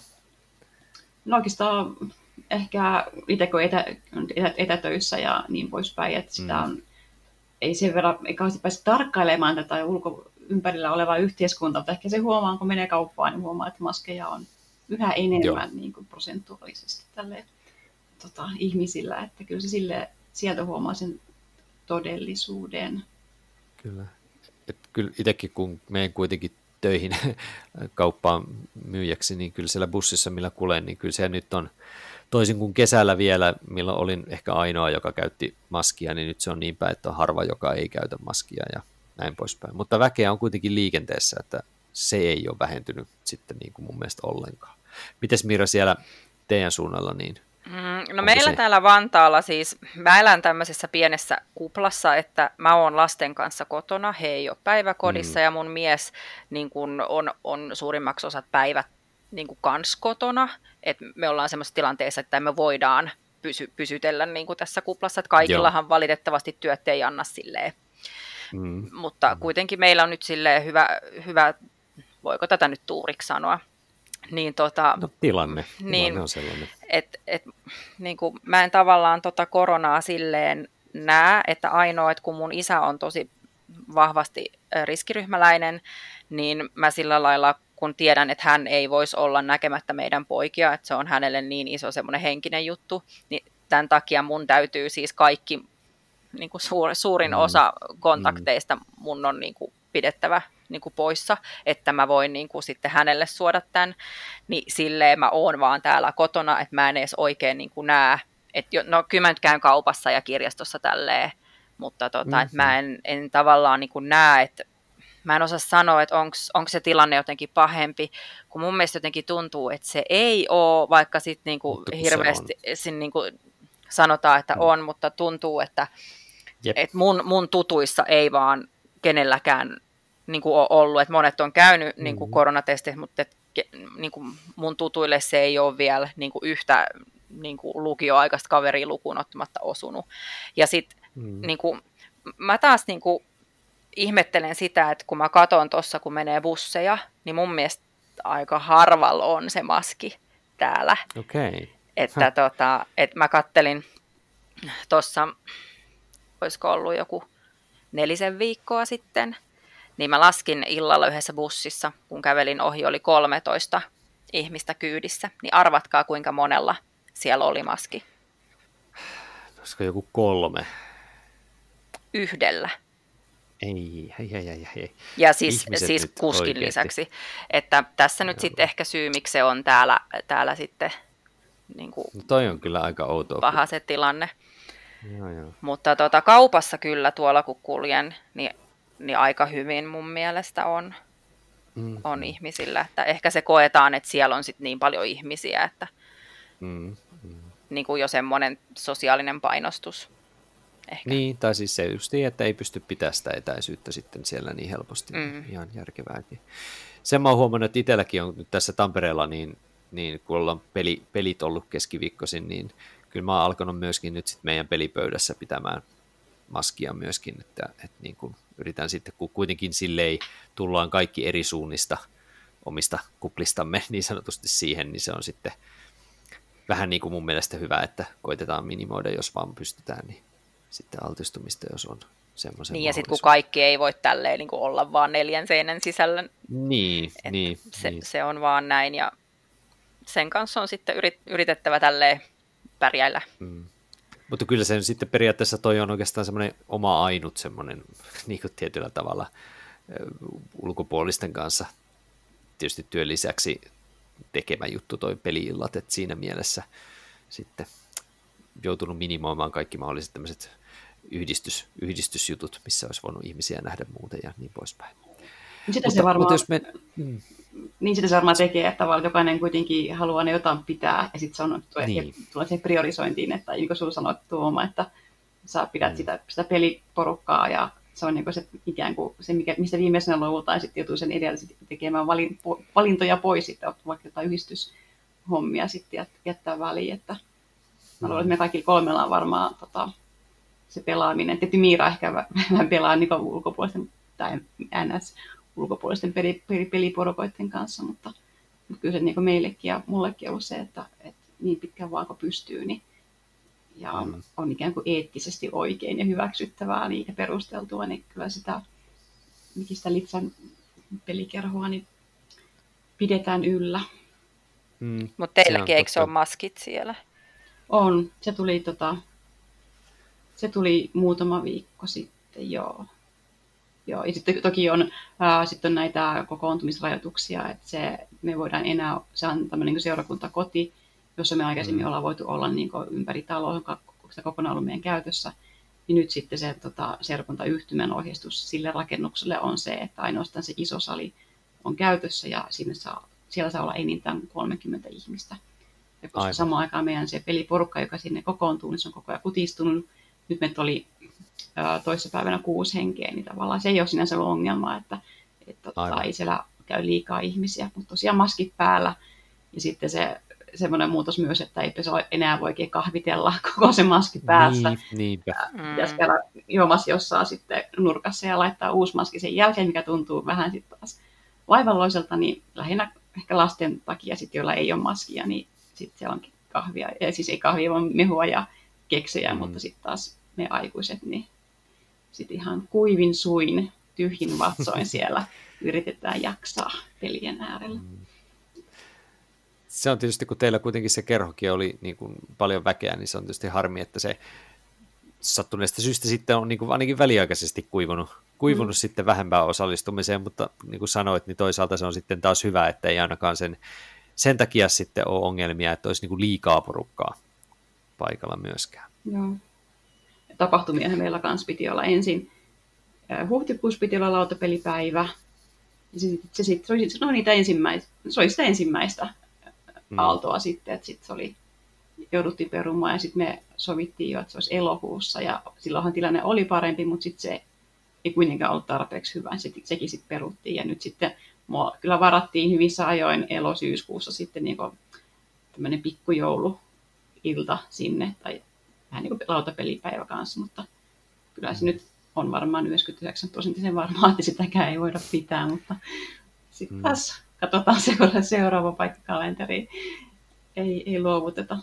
S3: No oikeastaan ehkä itse kun etä, etä, etätöissä ja niin poispäin, että sitä on, mm. ei sen verran, ei kauheasti pääse tarkkailemaan tätä ulko ympärillä olevaa yhteiskuntaa, mutta ehkä se huomaa, kun menee kauppaan, niin huomaa, että maskeja on yhä enemmän niin kuin prosentuaalisesti tälle, tota, ihmisillä, että kyllä se sille, sieltä huomaa sen todellisuuden.
S1: Kyllä. Et kyllä itsekin, kun menen kuitenkin töihin kauppaan myyjäksi, niin kyllä siellä bussissa, millä kulen, niin kyllä se nyt on toisin kuin kesällä vielä, milloin olin ehkä ainoa, joka käytti maskia, niin nyt se on niin päin, että on harva, joka ei käytä maskia ja näin poispäin. Mutta väkeä on kuitenkin liikenteessä, että se ei ole vähentynyt sitten niin kuin mun mielestä ollenkaan. Mites Mira siellä teidän suunnalla? Niin
S2: mm, no meillä se... täällä Vantaalla siis, mä elän tämmöisessä pienessä kuplassa, että mä oon lasten kanssa kotona, he ei ole päiväkodissa mm. ja mun mies niin kun on, on suurimmaksi osat päivät niin kuin kans kotona, että me ollaan semmoisessa tilanteessa, että me voidaan pysy, pysytellä niin kuin tässä kuplassa, että kaikillahan Joo. valitettavasti työt ei anna silleen, mm. mutta kuitenkin meillä on nyt silleen hyvä, hyvä voiko tätä nyt tuuriksi sanoa, niin tota,
S1: no, tilanne,
S2: niin,
S1: tilanne on sellainen.
S2: Et, et, niin kuin, mä en tavallaan tota koronaa silleen näe, että ainoa, että kun mun isä on tosi vahvasti riskiryhmäläinen, niin mä sillä lailla kun tiedän, että hän ei voisi olla näkemättä meidän poikia, että se on hänelle niin iso semmoinen henkinen juttu, niin tämän takia mun täytyy siis kaikki, niin kuin suur, suurin mm. osa kontakteista mun on niin kuin pidettävä niin kuin poissa, että mä voin niin kuin sitten hänelle suoda tämän, niin silleen mä oon vaan täällä kotona, että mä en edes oikein niin kuin näe, että no kyllä mä nyt käyn kaupassa ja kirjastossa tälleen, mutta tota, mm-hmm. että mä en, en tavallaan niin kuin näe, että mä en osaa sanoa, että onko se tilanne jotenkin pahempi, kun mun mielestä jotenkin tuntuu, että se ei ole, vaikka sitten niinku hirveästi niinku sanotaan, että on, mm. mutta tuntuu, että et mun, mun tutuissa ei vaan kenelläkään niinku ole ollut, että monet on käynyt mm. niinku koronatesteissä, mutta et, niinku mun tutuille se ei ole vielä niinku yhtä niinku lukioaikaista kaveria lukuun ottamatta osunut. Ja sitten mm. niinku, mä taas niinku, ihmettelen sitä, että kun mä katson tuossa, kun menee busseja, niin mun mielestä aika harvalla on se maski täällä.
S1: Okei. Okay.
S2: Että tota, et mä kattelin tuossa, olisiko ollut joku nelisen viikkoa sitten, niin mä laskin illalla yhdessä bussissa, kun kävelin ohi, oli kolmetoista ihmistä kyydissä, niin arvatkaa kuinka monella siellä oli maski.
S1: Olisiko joku kolme?
S2: Yhdellä.
S1: Ei, ei, ei, ei, ei.
S2: Ja siis, siis kuskin oikeasti lisäksi. Että tässä nyt sitten ehkä syy, miksi se on täällä, täällä sitten niin kuin
S1: no toi on kyllä aika outoa.
S2: Paha se tilanne.
S1: Joo, joo.
S2: Mutta tuota, kaupassa kyllä tuolla kun kuljen, niin, niin aika hyvin mun mielestä on, mm. on ihmisillä. Että ehkä se koetaan, että siellä on sit niin paljon ihmisiä, että mm. Mm. Niin kuin jo semmoinen sosiaalinen painostus. Ehkä.
S1: Niin, tai siis se just niin, että ei pysty pitämään sitä etäisyyttä sitten siellä niin helposti. Mm. Ihan järkevääkin. Sen mä oon huomannut, että itselläkin on nyt tässä Tampereella, niin, niin kun ollaan peli, pelit ollut keskiviikkoisin, niin kyllä mä oon alkanut myöskin nyt sit meidän pelipöydässä pitämään maskia myöskin, että, että niin kun yritän sitten, kun kuitenkin silleen tullaan kaikki eri suunnista omista kuplistamme niin sanotusti siihen, niin se on sitten vähän niin kuin mun mielestä hyvä, että koitetaan minimoida, jos vaan pystytään, niin sitten altistumista, jos on semmoisen
S2: niin, ja sitten kun kaikki ei voi tälleen niin kuin olla vaan neljän seinän sisällä.
S1: Niin, niin,
S2: se,
S1: niin.
S2: se on vaan näin, ja sen kanssa on sitten yrit, yritettävä tälleen pärjäillä. Mm.
S1: Mutta kyllä se sitten periaatteessa toi on oikeastaan semmoinen oma ainut semmoinen niin kuin tietyllä tavalla ulkopuolisten kanssa tietysti työn lisäksi tekemä juttu toi peli-illat, että siinä mielessä sitten joutunut minimoimaan kaikki mahdolliset tämmöiset yhdistys, yhdistysjutut, missä olisi voinut ihmisiä nähdä muuten ja niin poispäin.
S3: Sitä
S1: mutta,
S3: se varmaan,
S1: mutta jos me... mm.
S3: Niin sitä se varmaan tekee, että tavallaan jokainen kuitenkin haluaa ne jotain pitää, ja sitten se on niin. tulee siihen priorisointiin, että niin kuin sinulla sanoit Tuoma, että sä pidät mm. sitä, sitä peliporukkaa, ja se on niin kuin se ikään kuin se, mikä, mistä viimeisenä luovutaan, ja sitten joutuu sen edellä tekemään valintoja pois, sitten vaikka jotain yhdistyshommia sitten jättää väliin, että mä luulen, että me kaikilla kolmella on varmaan tota, se pelaaminen. Tietysti Miira ehkä vähän pelaa niin ulkopuolisten tai ns. Ulkopuolisten peli, peli, peliporukoiden kanssa, mutta, mutta kyllä se niin meillekin ja mullekin on ollut se, että, että niin pitkään vaan kun pystyy, niin, ja on, mm. on ikään kuin eettisesti oikein ja hyväksyttävää niin, ja perusteltua, niin kyllä sitä, mikä sitä Litsan pelikerhoa, niin pidetään yllä.
S2: Mm. Mutta teilläkin eikö se ole maskit siellä?
S3: On. Se tuli, tota, se tuli muutama viikko sitten, joo. Joo, ja sitten toki on, ää, sitten on näitä kokoontumisrajoituksia, että se, me voidaan enää, se on tämmöinen niin seurakuntakoti, jossa me aikaisemmin mm. ollaan voitu olla niin ympäri taloa, joka sitä kokonaan ollut meidän käytössä. Ja nyt sitten se tota, seurakuntayhtymän ohjeistus sille rakennukselle on se, että ainoastaan se iso sali on käytössä ja sinne saa, siellä saa olla enintään kolmekymmentä ihmistä. Ja koska Aivan. samaan aikaan meidän se peliporukka, joka sinne kokoontuu, niin se on koko ajan kutistunut. Nyt meitä oli toissapäivänä kuusi henkeä, niin tavallaan se ei ole sinänsä ollut ongelma, että, että tota, ei siellä käy liikaa ihmisiä, mutta tosiaan maskit päällä ja sitten se semmoinen muutos myös, että ei enää voi oikein kahvitella koko se maski päässä.
S1: Niin, niinpä.
S3: Pitäisi käydä juomassa jossain sitten nurkassa ja laittaa uusi maski sen jälkeen, mikä tuntuu vähän sitten taas vaivalloiselta, niin lähinnä ehkä lasten takia sitten, joilla ei ole maskia, niin sitten siellä onkin kahvia, ja siis ei kahvia, vaan mehua ja keksejä, mm. mutta sitten taas me aikuiset, niin sitten ihan kuivin suin, tyhjin vatsoin siellä yritetään jaksaa pelien äärellä.
S1: Se on tietysti, kun teillä kuitenkin se kerhokin oli niin kuin paljon väkeä, niin se on tietysti harmi, että se sattuneesta syystä sitten on niin kuin ainakin väliaikaisesti kuivunut, kuivunut mm. sitten vähempään osallistumiseen, mutta niin kuin sanoit, niin toisaalta se on sitten taas hyvä, että ei ainakaan sen, sen takia sitten ole ongelmia, että olisi niin kuin liikaa porukkaa paikalla myöskään.
S3: Joo. Tapahtumia meillä kanssa piti olla ensin. Huhtikuussa piti olla lautapelipäivä. Ja se, se, se, se, oli, no, niitä ensimmäistä, se oli sitä ensimmäistä mm. aaltoa sitten, että sitten se oli, jouduttiin perumaan ja sitten me sovittiin jo, että se olisi elokuussa ja silloinhan tilanne oli parempi, mutta sitten se ei kuitenkaan ollut tarpeeksi hyvä, se, sekin sitten peruttiin ja nyt sitten kyllä varattiin hyvissä ajoin elo-syyskuussa sitten niin tämmöinen pikkujouluilta sinne tai vähän niin kuin lautapelipäivä kanssa, mutta kyllä se nyt on varmaan yhdeksänkymmentäyhdeksän prosenttisen varmaa, että sitäkään ei voida pitää, mutta sitten taas katsotaan seuraava, seuraava paikkakalenteri, ei, ei luovuteta.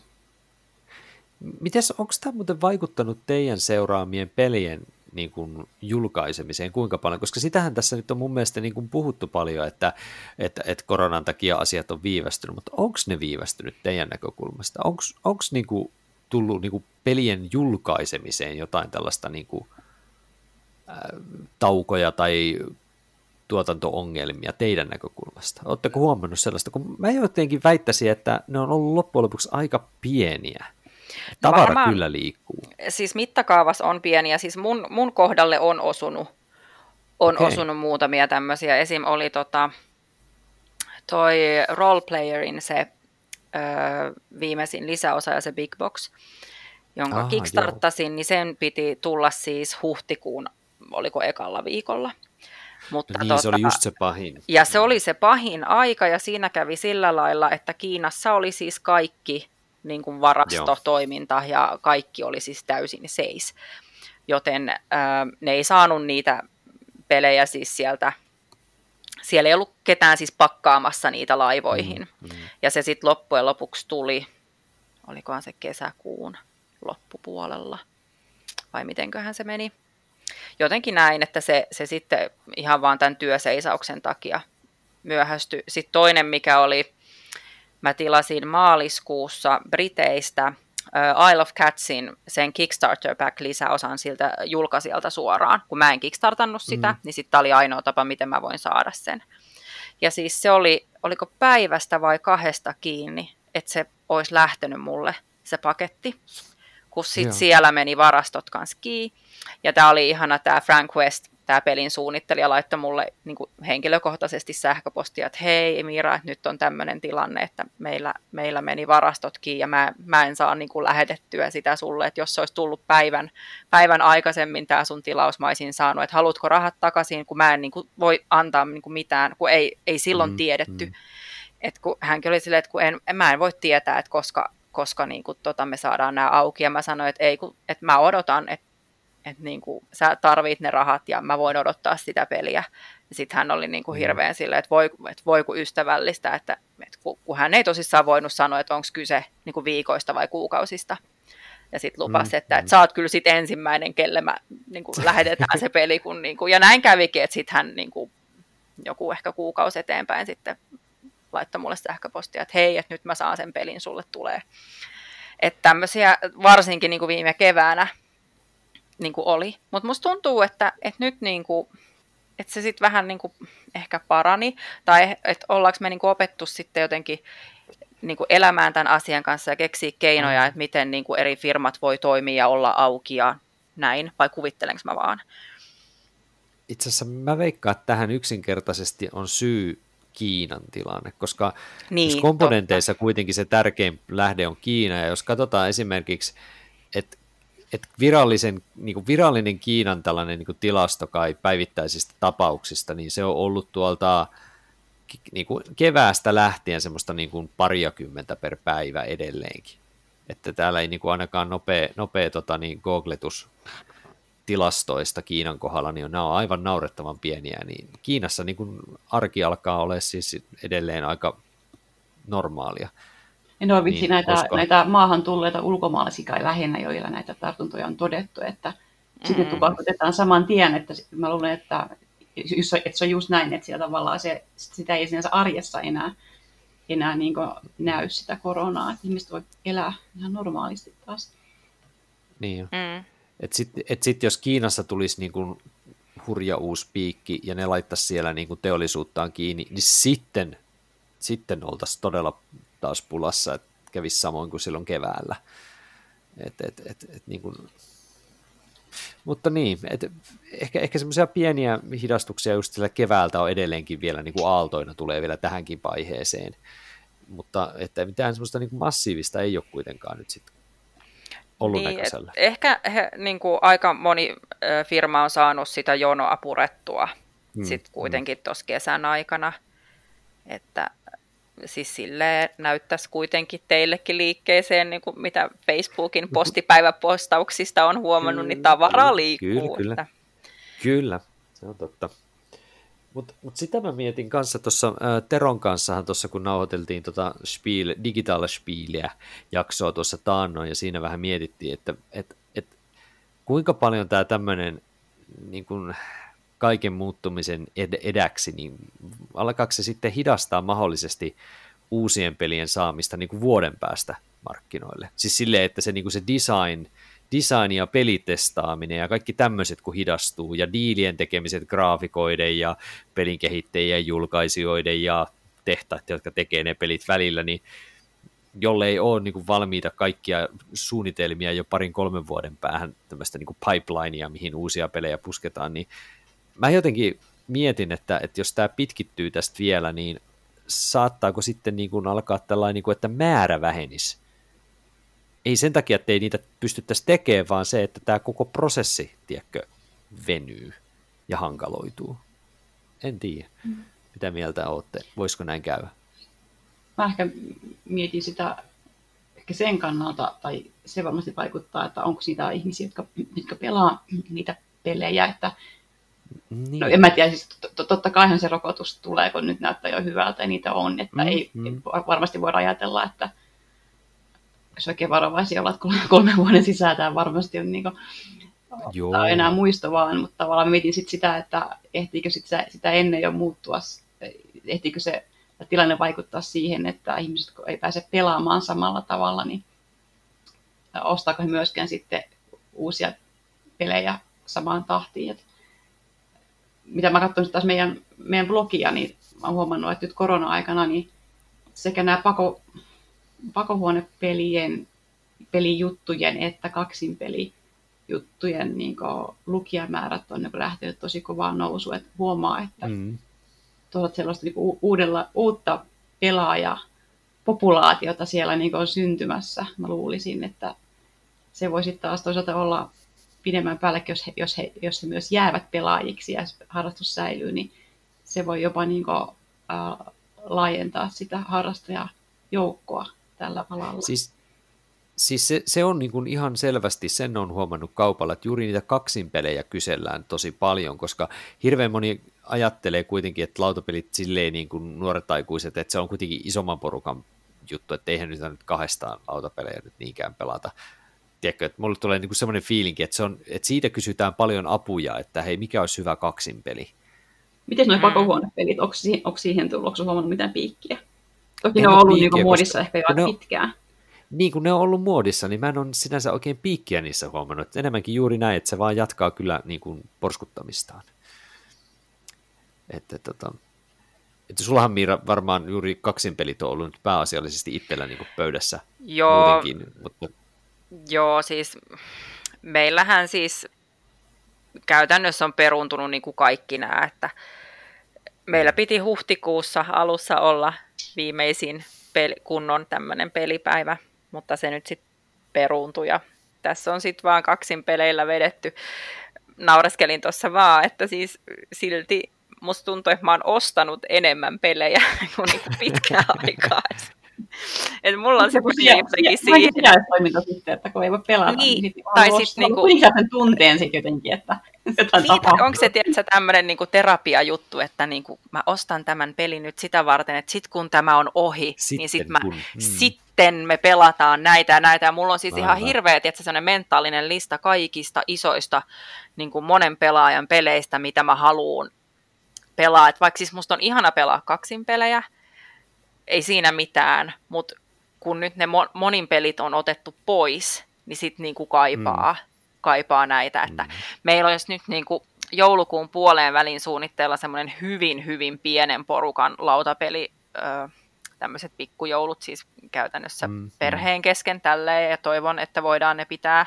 S1: Mites, onko tämä muuten vaikuttanut teidän seuraamien pelien niin kuin julkaisemiseen kuinka paljon, koska sitähän tässä nyt on mun mielestä niin kuin puhuttu paljon, että, että, että koronan takia asiat on viivästynyt, mutta onko ne viivästynyt teidän näkökulmasta? Onko niin kuin tullut niin kuin pelien julkaisemiseen jotain tällaista niin kuin, äh, taukoja tai tuotanto-ongelmia teidän näkökulmasta? Oletteko huomannut sellaista? Kun mä jotenkin väittäisin, että ne on ollut loppujen lopuksi aika pieniä. Tavara Varmaan, kyllä liikkuu.
S2: Siis mittakaavassa on pieniä. Siis mun, mun kohdalle on osunut, on okay. osunut muutamia tämmöisiä. Esim. Oli tota, toi Roleplayerin se ö, viimeisin lisäosa ja se Big Box, jonka Aha, kickstarttasin, joo. niin sen piti tulla siis huhtikuun, oliko ekalla viikolla. Mutta
S1: no niin,
S2: tota,
S1: se oli just se pahin.
S2: Ja se oli se pahin aika, ja siinä kävi sillä lailla, että Kiinassa oli siis kaikki niin kuin varastotoiminta, ja kaikki oli siis täysin seis. Joten äh, ne ei saanut niitä pelejä siis sieltä, siellä ei ollut ketään siis pakkaamassa niitä laivoihin. Mm, mm. Ja se sitten loppujen lopuksi tuli, olikohan se kesäkuun loppupuolella, vai mitenköhän se meni. Jotenkin näin, että se, se sitten ihan vaan tämän työseisauksen takia myöhästyi. Sitten toinen, mikä oli, mä tilasin maaliskuussa Briteistä Isle of Catsin sen Kickstarter Pack lisäosan siltä julkaisijalta suoraan. Kun mä en kickstartannut sitä, mm. niin sitten oli ainoa tapa, miten mä voin saada sen. Ja siis se oli, oliko päivästä vai kahdesta kiinni, että se olisi lähtenyt mulle se paketti, kun sitten siellä meni varastot kanssa kiinni. Ja tämä oli ihana, tämä Frank West, tämä pelin suunnittelija, laittoi mulle niin kuin henkilökohtaisesti sähköpostia, että hei Mira, että nyt on tämmöinen tilanne, että meillä, meillä meni varastot kiinni ja mä, mä en saa niin kuin lähetettyä sitä sulle, että jos se olisi tullut päivän, päivän aikaisemmin tämä sun tilaus, mä olisin saanut, että haluatko rahat takaisin, kun mä en niin kuin voi antaa niin kuin mitään, kun ei, ei silloin mm, tiedetty. Mm. Että kun hänkin oli silleen, että kun en, mä en voi tietää, että koska, koska niin kuin, tota, me saadaan nämä auki, ja mä sanoin, että, ei, kun, että mä odotan, että että niin kuin, sä tarvit ne rahat ja mä voin odottaa sitä peliä. Sitten hän oli niin kuin hirveän silleen, että voi, että voi kun ystävällistä, että, että kun, kun hän ei tosissaan voinut sanoa, että onko kyse niin kuin viikoista vai kuukausista. Ja sitten lupasi, mm, että, mm. että sä oot kyllä sit ensimmäinen, kelle mä niin kuin lähetetään se peli. Kun, niin kuin, ja näin kävikin, että sitten hän niin kuin, joku ehkä kuukausi eteenpäin sitten laittoi mulle sähköpostia, että hei, että nyt mä saan sen pelin, sulle tulee. Että tämmöisiä varsinkin niin kuin viime keväänä niin kuin oli. Mutta musta tuntuu, että, että nyt niin kuin, että se sitten vähän niin kuin ehkä parani, tai että ollaanko me niin kuin opettu sitten jotenkin niin kuin elämään tämän asian kanssa ja keksiä keinoja, että miten niin kuin eri firmat voi toimia ja olla auki ja näin, vai kuvittelenko mä vaan?
S1: Itse asiassa mä veikkaan, että tähän yksinkertaisesti on syy Kiinan tilanne, koska niin, jos komponenteissa totta. Kuitenkin se tärkein lähde on Kiina, ja jos katsotaan esimerkiksi, että et virallisen, niin kuin virallinen Kiinan tällainen niin kuin tilasto kai päivittäisistä tapauksista, niin se on ollut tuolta niin kuin keväästä lähtien semmoista niin kuin pariakymmentä per päivä edelleenkin. Että täällä ei niin kuin ainakaan nopea, nopea tota, niin googletus tilastoista Kiinan kohdalla, niin nämä on aivan naurettavan pieniä. Niin Kiinassa niin kuin arki alkaa olla siis edelleen aika normaalia.
S3: No vitsi, niin, näitä, koska... näitä maahan tulleita ulkomaalaisia kai lähinnä, joilla näitä tartuntoja on todettu, että mm. sitten tupautetaan saman tien, että mä luulen, että, että se on just näin, että siellä tavallaan se, sitä ei sinänsä arjessa enää, enää niin kuin näy sitä koronaa, että ihmiset voi elää ihan normaalisti taas.
S1: Niin mm. Että sitten et sit, jos Kiinassa tulisi niin kuin hurja uusi piikki ja ne laittaisi siellä niin kuin teollisuuttaan kiinni, niin sitten, sitten oltaisiin todella taas pulassa, että kävisi samoin kuin silloin keväällä. Et, et, et, et, niin kuin... Mutta niin, et, ehkä, ehkä semmoisia pieniä hidastuksia just sillä keväältä on edelleenkin vielä niin kuin aaltoina tulee vielä tähänkin vaiheeseen, mutta että mitään semmoista niin kuin massiivista ei ole kuitenkaan nyt sitten ollut niin, näköisellä.
S2: Ehkä he, niin kuin aika moni ö, firma on saanut sitä jonoa purettua hmm. sitten kuitenkin hmm. tuossa kesän aikana, että siis silleen näyttäisi kuitenkin teillekin liikkeeseen, niin kuin mitä Facebookin postipäiväpostauksista on huomannut, kyllä, niin tavara liikkuu.
S1: Kyllä, kyllä. kyllä, se on totta. Mutta mut sitä mä mietin kanssa tuossa äh, Teron kanssahan tuossa, kun nauhoiteltiin tota Spiel, Digital Spielia jaksoa tuossa taannoin, ja siinä vähän mietittiin, että et, et, kuinka paljon tämä tämmöinen niin kun kaiken muuttumisen ed- edäksi, niin alkaako se sitten hidastaa mahdollisesti uusien pelien saamista niin kuin vuoden päästä markkinoille? Siis silleen, että se, niin kuin se design, design ja pelitestaaminen ja kaikki tämmöiset kun hidastuu, ja diilien tekemiset graafikoiden ja pelin kehittäjien, julkaisijoiden ja tehtaat, jotka tekee ne pelit välillä, niin jollei ole niin kuin valmiita kaikkia suunnitelmia jo parin kolmen vuoden päähän tämmöistä niin kuin pipelinea, mihin uusia pelejä pusketaan, niin mä jotenkin mietin, että, että jos tämä pitkittyy tästä vielä, niin saattaako sitten niin kuin alkaa tällainen, niin kuin, että määrä vähenisi. Ei sen takia, että ei niitä pystyttäisi tekemään, vaan se, että tämä koko prosessi, tiedätkö, venyy ja hankaloituu. En tiedä. Mm. Mitä mieltä olette? Voisiko näin käydä?
S3: Mä ehkä mietin sitä ehkä sen kannalta, tai se varmasti vaikuttaa, että onko niitä ihmisiä, jotka, jotka pelaa niitä pelejä, että niin. No en mä tiedä, siis totta kaihan se rokotus tulee, kun nyt näyttää jo hyvältä ja niitä on, että mm, ei mm. varmasti voida ajatella, että jos oikein varovaisia ollaan kolmen vuoden sisään, tämä varmasti on niin kuin, on enää muisto vaan, mutta tavallaan mietin sit sitä, että ehtiikö sit sitä, sitä ennen jo muuttua, ehtiikö se tilanne vaikuttaa siihen, että ihmiset ei pääse pelaamaan samalla tavalla, niin ostaako he myöskään sitten uusia pelejä samaan tahtiin. Et mitä mä katson taas meidän, meidän blogia, niin mä oon huomannut, että nyt korona-aikana niin sekä nämä pako, pakohuonepelien pelijuttujen että kaksinpelijuttujen niin lukijamäärät on niin lähtenyt tosi kovaan nousuun. Että huomaa, että mm. tuolla sellaista niin uudella, uutta pelaajapopulaatiota siellä niin on syntymässä. Mä luulisin, että se voisi taas toisaalta olla pidemmän päälle, jos he, jos, he, jos he myös jäävät pelaajiksi ja harrastus säilyy, niin se voi jopa niin kuin, äh, laajentaa sitä harrastajajoukkoa tällä alalla.
S1: Siis, siis se, se on niin kuin ihan selvästi, sen on huomannut kaupalla, että juuri niitä kaksinpelejä kysellään tosi paljon, koska hirveän moni ajattelee kuitenkin, että lautapelit silleen niin kuin nuoret aikuiset, että se on kuitenkin isomman porukan juttu, että eihän nyt nyt kahdestaan lautapelejä nyt niinkään pelata. Tiedätkö, että mulle tulee niinku semmoinen fiilinki, että, se on, että siitä kysytään paljon apuja, että hei, mikä olisi hyvä kaksinpeli?
S3: Miten nuo mm. pakohuonepelit, onko siihen, onko siihen tullut, onko huomannut mitään piikkiä? Toki ne on ollut niinku muodissa koska, ehkä jo pitkään.
S1: Niin, kun ne on ollut muodissa, niin mä en ole sinänsä oikein piikkiä niissä huomannut. Että enemmänkin juuri näin, että se vaan jatkaa kyllä niin kuin porskuttamistaan. Että, tota, että sullahan, Miira, varmaan juuri kaksinpelit on ollut nyt pääasiallisesti itsellä niin kuin pöydässä.
S2: Joo.
S1: Muutenkin, mutta...
S2: Joo, siis meillähän siis käytännössä on peruuntunut niin kuin kaikki nämä, että meillä piti huhtikuussa alussa olla viimeisin peli, kunnon tämmöinen pelipäivä, mutta se nyt sitten peruuntui ja tässä on sitten vaan kaksin peleillä vedetty. Naureskelin tuossa vaan, että siis silti musta tuntuu, että mä oon ostanut enemmän pelejä kuin niinku pitkään aikaa. Että mulla on se jotenkin siihen.
S3: Se on toiminta sitten, että kun ei voi pelata, niin, niin sitten tai sitten niinku sen tunteen sitten jotenkin, että jotain tapahtuu.
S2: Onko se tietysti tämmöinen niinku terapiajuttu, että niinku mä ostan tämän pelin nyt sitä varten, että sit kun tämä on ohi, sitten niin sit mä, kun, mm. sitten me pelataan näitä ja näitä. Ja mulla on siis Aivan. ihan hirveä tietysti sellainen mentaalinen lista kaikista isoista niinku monen pelaajan peleistä, mitä mä haluan pelaa. Et vaikka siis musta on ihana pelaa kaksin pelejä, ei siinä mitään, mutta kun nyt ne monin pelit on otettu pois, niin sitten niinku kaipaa, mm. kaipaa näitä. Että mm. meillä olisi nyt niinku joulukuun puoleen välin suunnitteilla semmoinen hyvin, hyvin pienen porukan lautapeli, ö, tämmöiset pikkujoulut siis käytännössä mm. perheen kesken tälleen, ja toivon, että voidaan ne pitää.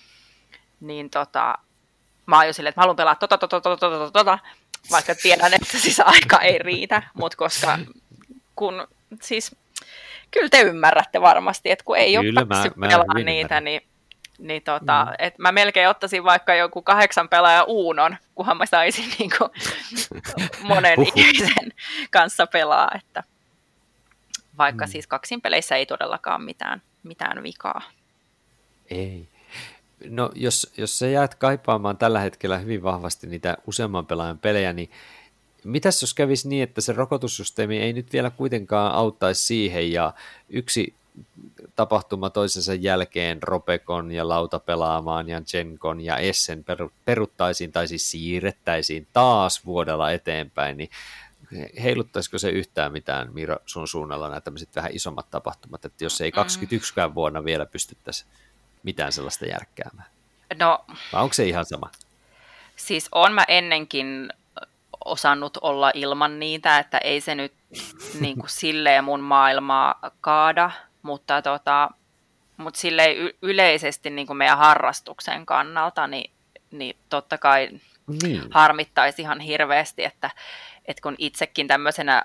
S2: Niin tota, mä oon jo silleen, että mä haluan pelaa tota, tota, tota, tota, tota, vaikka tiedän, että siis aika ei riitä, mutta koska kun siis kyllä te ymmärrätte varmasti, että kun ei kyllä, ole päässyt pelaamaan niitä, niin, niin tota, mm. et mä melkein ottaisin vaikka joku kahdeksan pelaajan Uunon, kunhan mä saisin niin kuin monen ihmisen kanssa pelaa, että vaikka mm. siis kaksin peleissä ei todellakaan mitään, mitään vikaa.
S1: Ei. No jos, jos sä jäät kaipaamaan tällä hetkellä hyvin vahvasti niitä useamman pelaajan pelejä, niin mitäs jos kävisi niin, että se rokotussysteemi ei nyt vielä kuitenkaan auttaisi siihen ja yksi tapahtuma toisensa jälkeen Robekon ja Lauta pelaamaan ja Genkon ja Essen peruttaisiin tai siis siirrettäisiin taas vuodella eteenpäin, niin heiluttaisiko se yhtään mitään, Miira, sun suunnalla nämä tämmöiset vähän isommat tapahtumat, että jos ei kaksikymmentäyksikään vuonna vielä pystyttäisi mitään sellaista järkkäämään?
S2: No,
S1: vai onko se ihan sama?
S2: Siis on mä ennenkin osannut olla ilman niitä, että ei se nyt niin kuin silleen mun maailmaa kaada, mutta, tota, mutta silleen y- yleisesti niin kuin meidän harrastuksen kannalta, niin, niin totta kai niin. harmittaisi ihan hirveästi, että, että kun itsekin tämmöisenä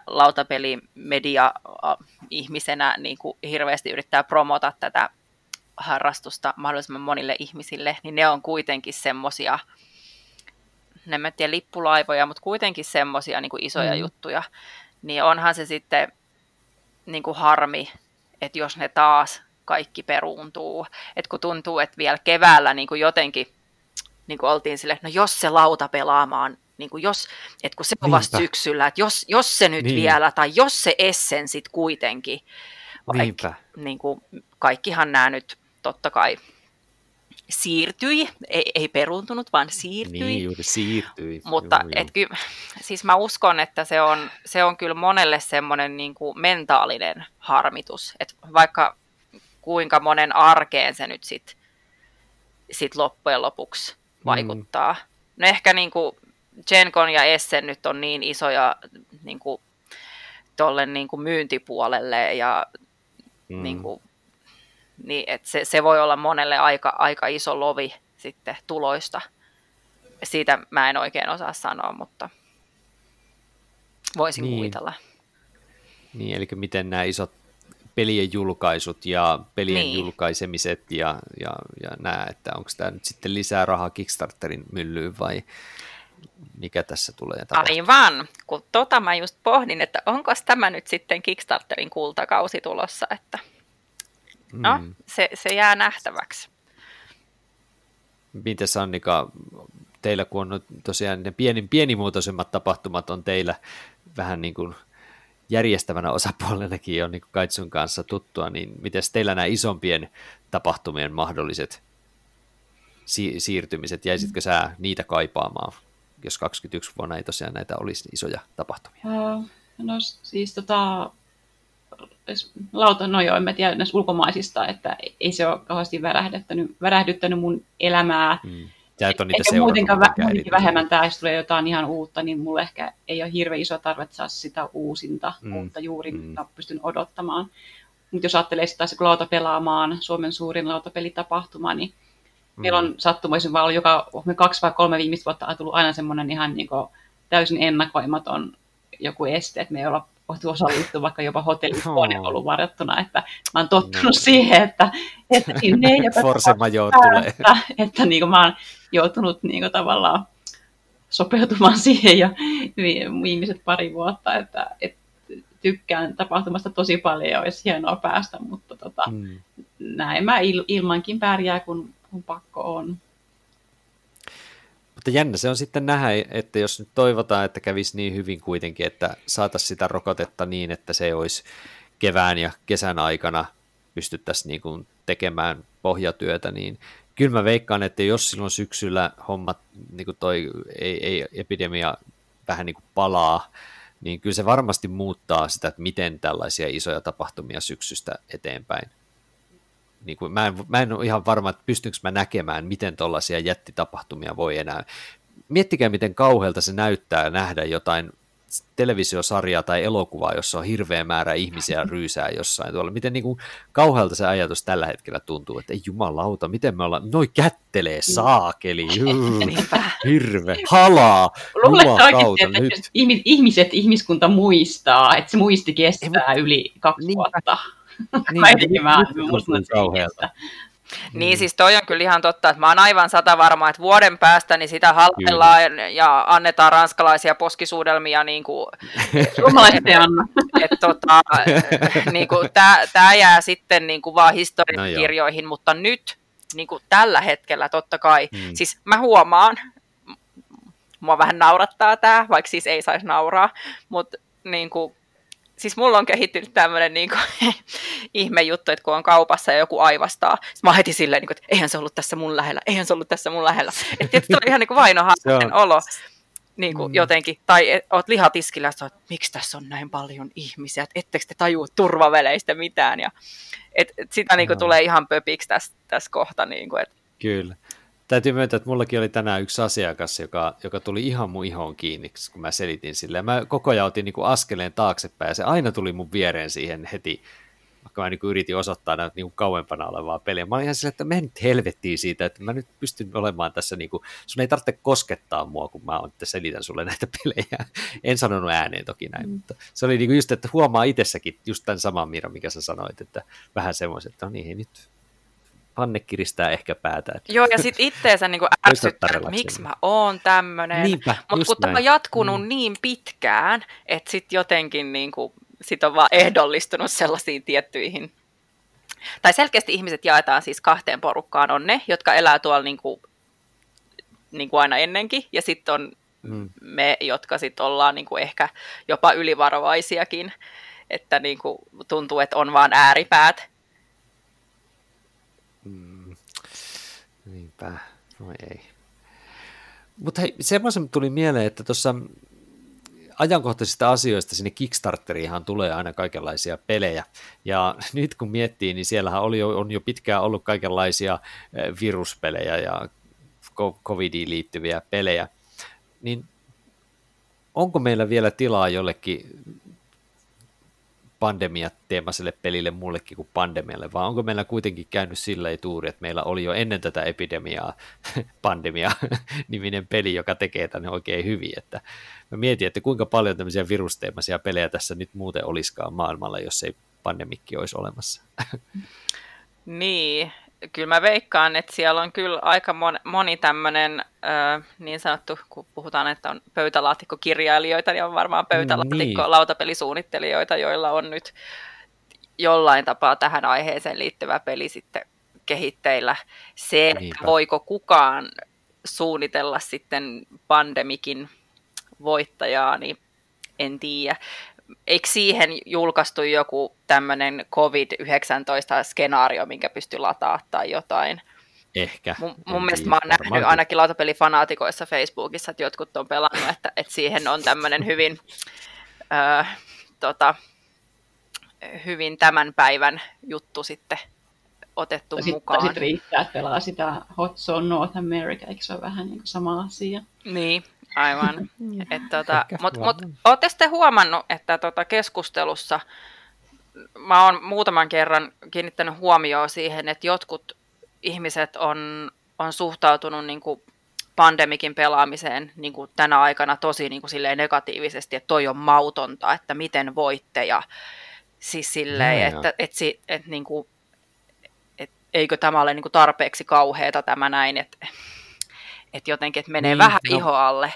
S2: lautapelimediaihmisenä niin kuin hirveästi yrittää promota tätä harrastusta mahdollisimman monille ihmisille, niin ne on kuitenkin semmoisia, en mä tiedä lippulaivoja, mutta kuitenkin semmoisia niin kuin isoja mm. juttuja, niin onhan se sitten niin kuin harmi, että jos ne taas kaikki peruuntuu. Että kun tuntuu, että vielä keväällä niin kuin jotenkin niin kuin oltiin silleen, no jos se lauta pelaamaan, niin kuin jos, että kun se on vasta syksyllä, että jos, jos se nyt niin. vielä, tai jos se Essen sitten kuitenkin, vaikka niin kuin, kaikkihan nämä nyt totta kai siirtyi, ei, ei peruuntunut, vaan siirtyi.
S1: Niin, juuri siirtyi.
S2: Mutta
S1: joo,
S2: et ky, siis mä uskon, että se on, se on kyllä monelle semmoinen niin kuin mentaalinen harmitus. Et vaikka kuinka monen arkeen se nyt sitten sit loppujen lopuksi vaikuttaa. Mm. No ehkä niin kuin GenCon ja Essen nyt on niin isoja niin kuin tolle niin kuin myyntipuolelle, ja mm. niin kuin, niin, että se, se voi olla monelle aika, aika iso lovi sitten tuloista. Siitä mä en oikein osaa sanoa, mutta voisin
S1: niin.
S2: kuvitella.
S1: Niin, eli miten nämä isot pelien julkaisut ja pelien
S2: niin.
S1: julkaisemiset ja, ja, ja nämä, että onko tämä nyt sitten lisää rahaa Kickstarterin myllyyn vai mikä tässä tulee tapahtumaan?
S2: Aivan, kun tota mä just pohdin, että onko tämä nyt sitten Kickstarterin kultakausi tulossa, että no, mm. se, se jää nähtäväksi.
S1: Mites Annika, teillä kun on tosiaan ne pienin, pienimuotoisemmat tapahtumat on teillä vähän niin kuin järjestävänä osapuolenakin on niin kuin Kaitsun kanssa tuttua, niin miten teillä nämä isompien tapahtumien mahdolliset si- siirtymiset, jäisitkö sä niitä kaipaamaan, jos kaksikymmentäyksi vuonna ei tosiaan näitä olisi isoja tapahtumia?
S3: Uh, no siis tota, lauta, no joo, en mä tiedä näistä ulkomaisista, että ei se ole kauheasti värähdyttänyt, värähdyttänyt mun elämää. Mm.
S1: Ehkä
S3: muutenkaan vä- vähemmän tämä, jos tulee jotain ihan uutta, niin mulle ehkä ei ole hirveän iso tarve saa sitä uusinta, mm. uutta juuri, mm. mitä pystyn odottamaan. Mutta jos ajattelee sitä kun lautapelaamaan, Suomen suurin lautapelitapahtuma, niin mm. meillä on sattumoisin vaan ollut joka kaksi vai kolme viimeistä vuotta on tullut aina semmoinen ihan niin kuin täysin ennakoimaton joku este, että me ei olla osallistua vaikka jopa hotellihuone on ollut varjottuna, että mä oon tottunut no. siihen, että, että sinne ei
S1: Force Major tulee.
S3: Että, että niin kuin mä oon joutunut niin kuin tavallaan sopeutumaan siihen jo viimeiset pari vuotta, että, että tykkään tapahtumasta tosi paljon ja olisi hienoa päästä, mutta tota, hmm. näin mä il, ilmankin pärjää, kun, kun pakko on.
S1: Mutta jännä se on sitten nähdä, että jos nyt toivotaan, että kävisi niin hyvin kuitenkin, että saataisiin sitä rokotetta niin, että se olisi kevään ja kesän aikana pystyttäisiin niin kuin tekemään pohjatyötä, niin kyllä mä veikkaan, että jos silloin syksyllä hommat, niin kuin toi ei, ei epidemia vähän niin kuin palaa, niin kyllä se varmasti muuttaa sitä, että miten tällaisia isoja tapahtumia syksystä eteenpäin. Niin kuin, mä, en, mä en ole ihan varma, että pystynkö mä näkemään, miten tällaisia jättitapahtumia voi enää. Miettikää, miten kauhealta se näyttää nähdä jotain televisiosarjaa tai elokuvaa, jossa on hirveä määrä ihmisiä ryysää jossain tuolla. Miten niin kuin, kauhealta se ajatus tällä hetkellä tuntuu, että ei jumalauta, miten me ollaan, noi kättelee saakeli, hirve, halaa, jumakauta nyt.
S3: Ihmiset, ihmiskunta muistaa, että se muisti kestää yli kaksi niin, vuotta.
S1: Niin,
S3: mä niin, mä, mä
S2: Niin, siis toi on kyllä ihan totta, että mä oon aivan sata varma, että vuoden päästä niin sitä halvellaan ja annetaan ranskalaisia poskisuudelmia niin kuin,
S3: suomalaiset ei anna.
S2: Että tota, niin kuin, tää, tää jää sitten niin kuin vaan historiakirjoihin, no mutta nyt niin kuin tällä hetkellä totta kai, hmm. siis mä huomaan, mua vähän naurattaa tää, vaikka siis ei saisi nauraa, mutta niin kuin siis mulla on kehittynyt tämmöinen niin kuin, ihme juttu, että kun on kaupassa ja joku aivastaa, sitten mä oon heti silleen, niin kuin, että eihän se ollut tässä mun lähellä, eihän se ollut tässä mun lähellä. Että tietysti on ihan niin kuin vainoharhainen olo niin kuin mm. jotenkin. Tai et, oot lihatiskillä ja että miksi tässä on näin paljon ihmisiä, että ettekö te tajua turvaveleistä mitään. Ja, et, et sitä niin kuin, no. tulee ihan pöpiksi tässä, tässä kohta. Niin kuin, että.
S1: Kyllä. Täytyy myöntää, että mullakin oli tänään yksi asiakas, joka, joka tuli ihan mun ihoon kiinni, kun mä selitin sille. Ja mä koko ajan otin niin kuin askeleen taaksepäin, ja se aina tuli mun viereen siihen heti, vaikka mä niin kuin yritin osoittaa näitä niin kuin kauempana olevaa peliä. Mä olin ihan silleen, että menen nyt helvettiin siitä, että mä nyt pystyn olemaan tässä, niin kuin, sun ei tarvitse koskettaa mua, kun mä selitän sulle näitä pelejä. En sanonut ääneen toki näin, mm. mutta se oli niin kuin just, että huomaa itsessäkin just tämän saman Mira, mikä sä sanoit, että vähän semmoiset, että no niin, nyt Hanne kiristää ehkä päätä. Että.
S2: Joo, ja sitten itteensä niin ärsyttää, että miksi mä oon tämmönen. Mutta kun tämä on jatkunut mm. niin pitkään, että sitten jotenkin niin kuin, sit on vaan ehdollistunut sellaisiin tiettyihin. Tai selkeästi ihmiset jaetaan siis kahteen porukkaan. On ne, jotka elää tuolla niin kuin, niin kuin aina ennenkin, ja sitten on mm. me, jotka sitten ollaan niin kuin ehkä jopa ylivarovaisiakin. Että niin kuin, tuntuu, että on vaan ääripäät.
S1: Mm. Niinpä, no ei. Mutta hei, semmoisen tuli mieleen, että tuossa ajankohtaisista asioista sinne Kickstarteriinhan tulee aina kaikenlaisia pelejä, ja nyt kun miettii, niin siellähän oli jo, on jo pitkään ollut kaikenlaisia viruspelejä ja covidiin liittyviä pelejä, niin onko meillä vielä tilaa jollekin pandemiateemaiselle pelille muullekin kuin pandemialle, vai onko meillä kuitenkin käynyt sillä ei tuuri, että meillä oli jo ennen tätä epidemiaa pandemia-niminen peli, joka tekee tänne oikein hyvin, että mä mietin, että kuinka paljon tämmöisiä virusteemaisia pelejä tässä nyt muuten olisikaan maailmalla, jos ei pandemikki olisi olemassa.
S2: Niin, kyllä mä veikkaan, että siellä on kyllä aika moni tämmöinen äh, niin sanottu, kun puhutaan, että on pöytälaatikkokirjailijoita, niin on varmaan pöytälaatikko niin. lautapelisuunnittelijoita, joilla on nyt jollain tapaa tähän aiheeseen liittyvä peli sitten kehitteillä. Se, Niinpä. voiko kukaan suunnitella sitten pandemikin voittajaa, niin en tiedä. Eikö siihen julkaistu joku tämmöinen covid yhdeksäntoista-skenaario, minkä pystyy lataa tai jotain?
S1: Ehkä.
S2: Mun, mun mielestä mä oon nähnyt ainakin lautapelifanaatikoissa Facebookissa, että jotkut on pelannut, että, että siihen on tämmöinen hyvin, ö, tota, hyvin tämän päivän juttu sitten otettu
S3: sitten,
S2: mukaan.
S3: Sitten riittää, että pelaa sitä Hot Zone North America, eikö se ole vähän niin kuin sama asia?
S2: Niin. Aivan. Tota, Mutta mut, olette sitten huomannut, että tota keskustelussa mä oon muutaman kerran kiinnittänyt huomioon siihen, että jotkut ihmiset on, on suhtautunut niin kuin pandemikin pelaamiseen niin kuin tänä aikana tosi niin kuin silleen negatiivisesti, että toi on mautonta, että miten voitte ja siis silleen, ja, että et, et, et, niin kuin, et, eikö tämä ole niin kuin tarpeeksi kauheata tämä näin, että että jotenkin, että menee niin, vähän no, iho alle.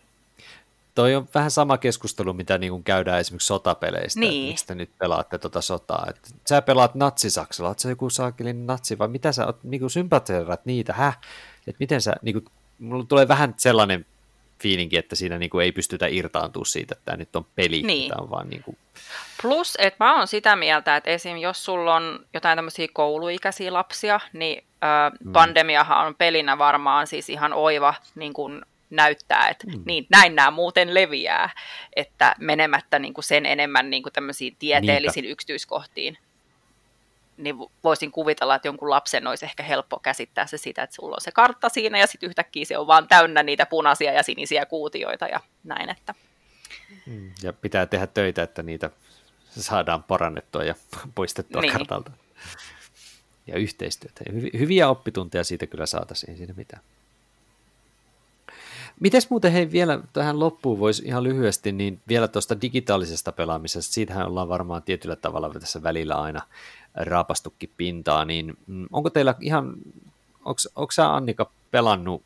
S1: Toi on vähän sama keskustelu, mitä niin kuin käydään esimerkiksi sotapeleistä, niin. että miksi te nyt pelaatte tuota sotaa. Että sä pelaat natsisaksalla, oot sä joku saakelin natsi, vai mitä sä oot, niin kuin sympateerat niitä, häh? Että miten sä, niin kuin, mulla tulee vähän sellainen fiilinki, että siinä niin kuin ei pystytä irtaantua siitä, että tämä nyt on peli.
S2: Niin.
S1: Tämä on vaan niin kuin...
S2: Plus, että mä oon sitä mieltä, että esim. Jos sulla on jotain tämmöisiä kouluikäisiä lapsia, niin ö, mm. pandemiahan on pelinä varmaan siis ihan oiva niin kuin näyttää, että mm. niin, näin nämä muuten leviää, että menemättä niin kuin sen enemmän niin kuin tämmöisiin tieteellisiin Niinpä. yksityiskohtiin, niin voisin kuvitella, että jonkun lapsen olisi ehkä helppo käsittää se sitä, että sulla on se kartta siinä ja sitten yhtäkkiä se on vaan täynnä niitä punaisia ja sinisiä kuutioita ja näin, että...
S1: Ja pitää tehdä töitä, että niitä saadaan parannettua ja poistettua niin. kartalta. Ja yhteistyötä. Ja hyviä oppitunteja siitä kyllä saataisiin, ei siinä mitään. Mites muuten hei vielä tähän loppuun voisi ihan lyhyesti, niin vielä tuosta digitaalisesta pelaamisesta, siitähän ollaan varmaan tietyllä tavalla tässä välillä aina raapastukin pintaa, niin onko teillä ihan, onko sä Annika pelannut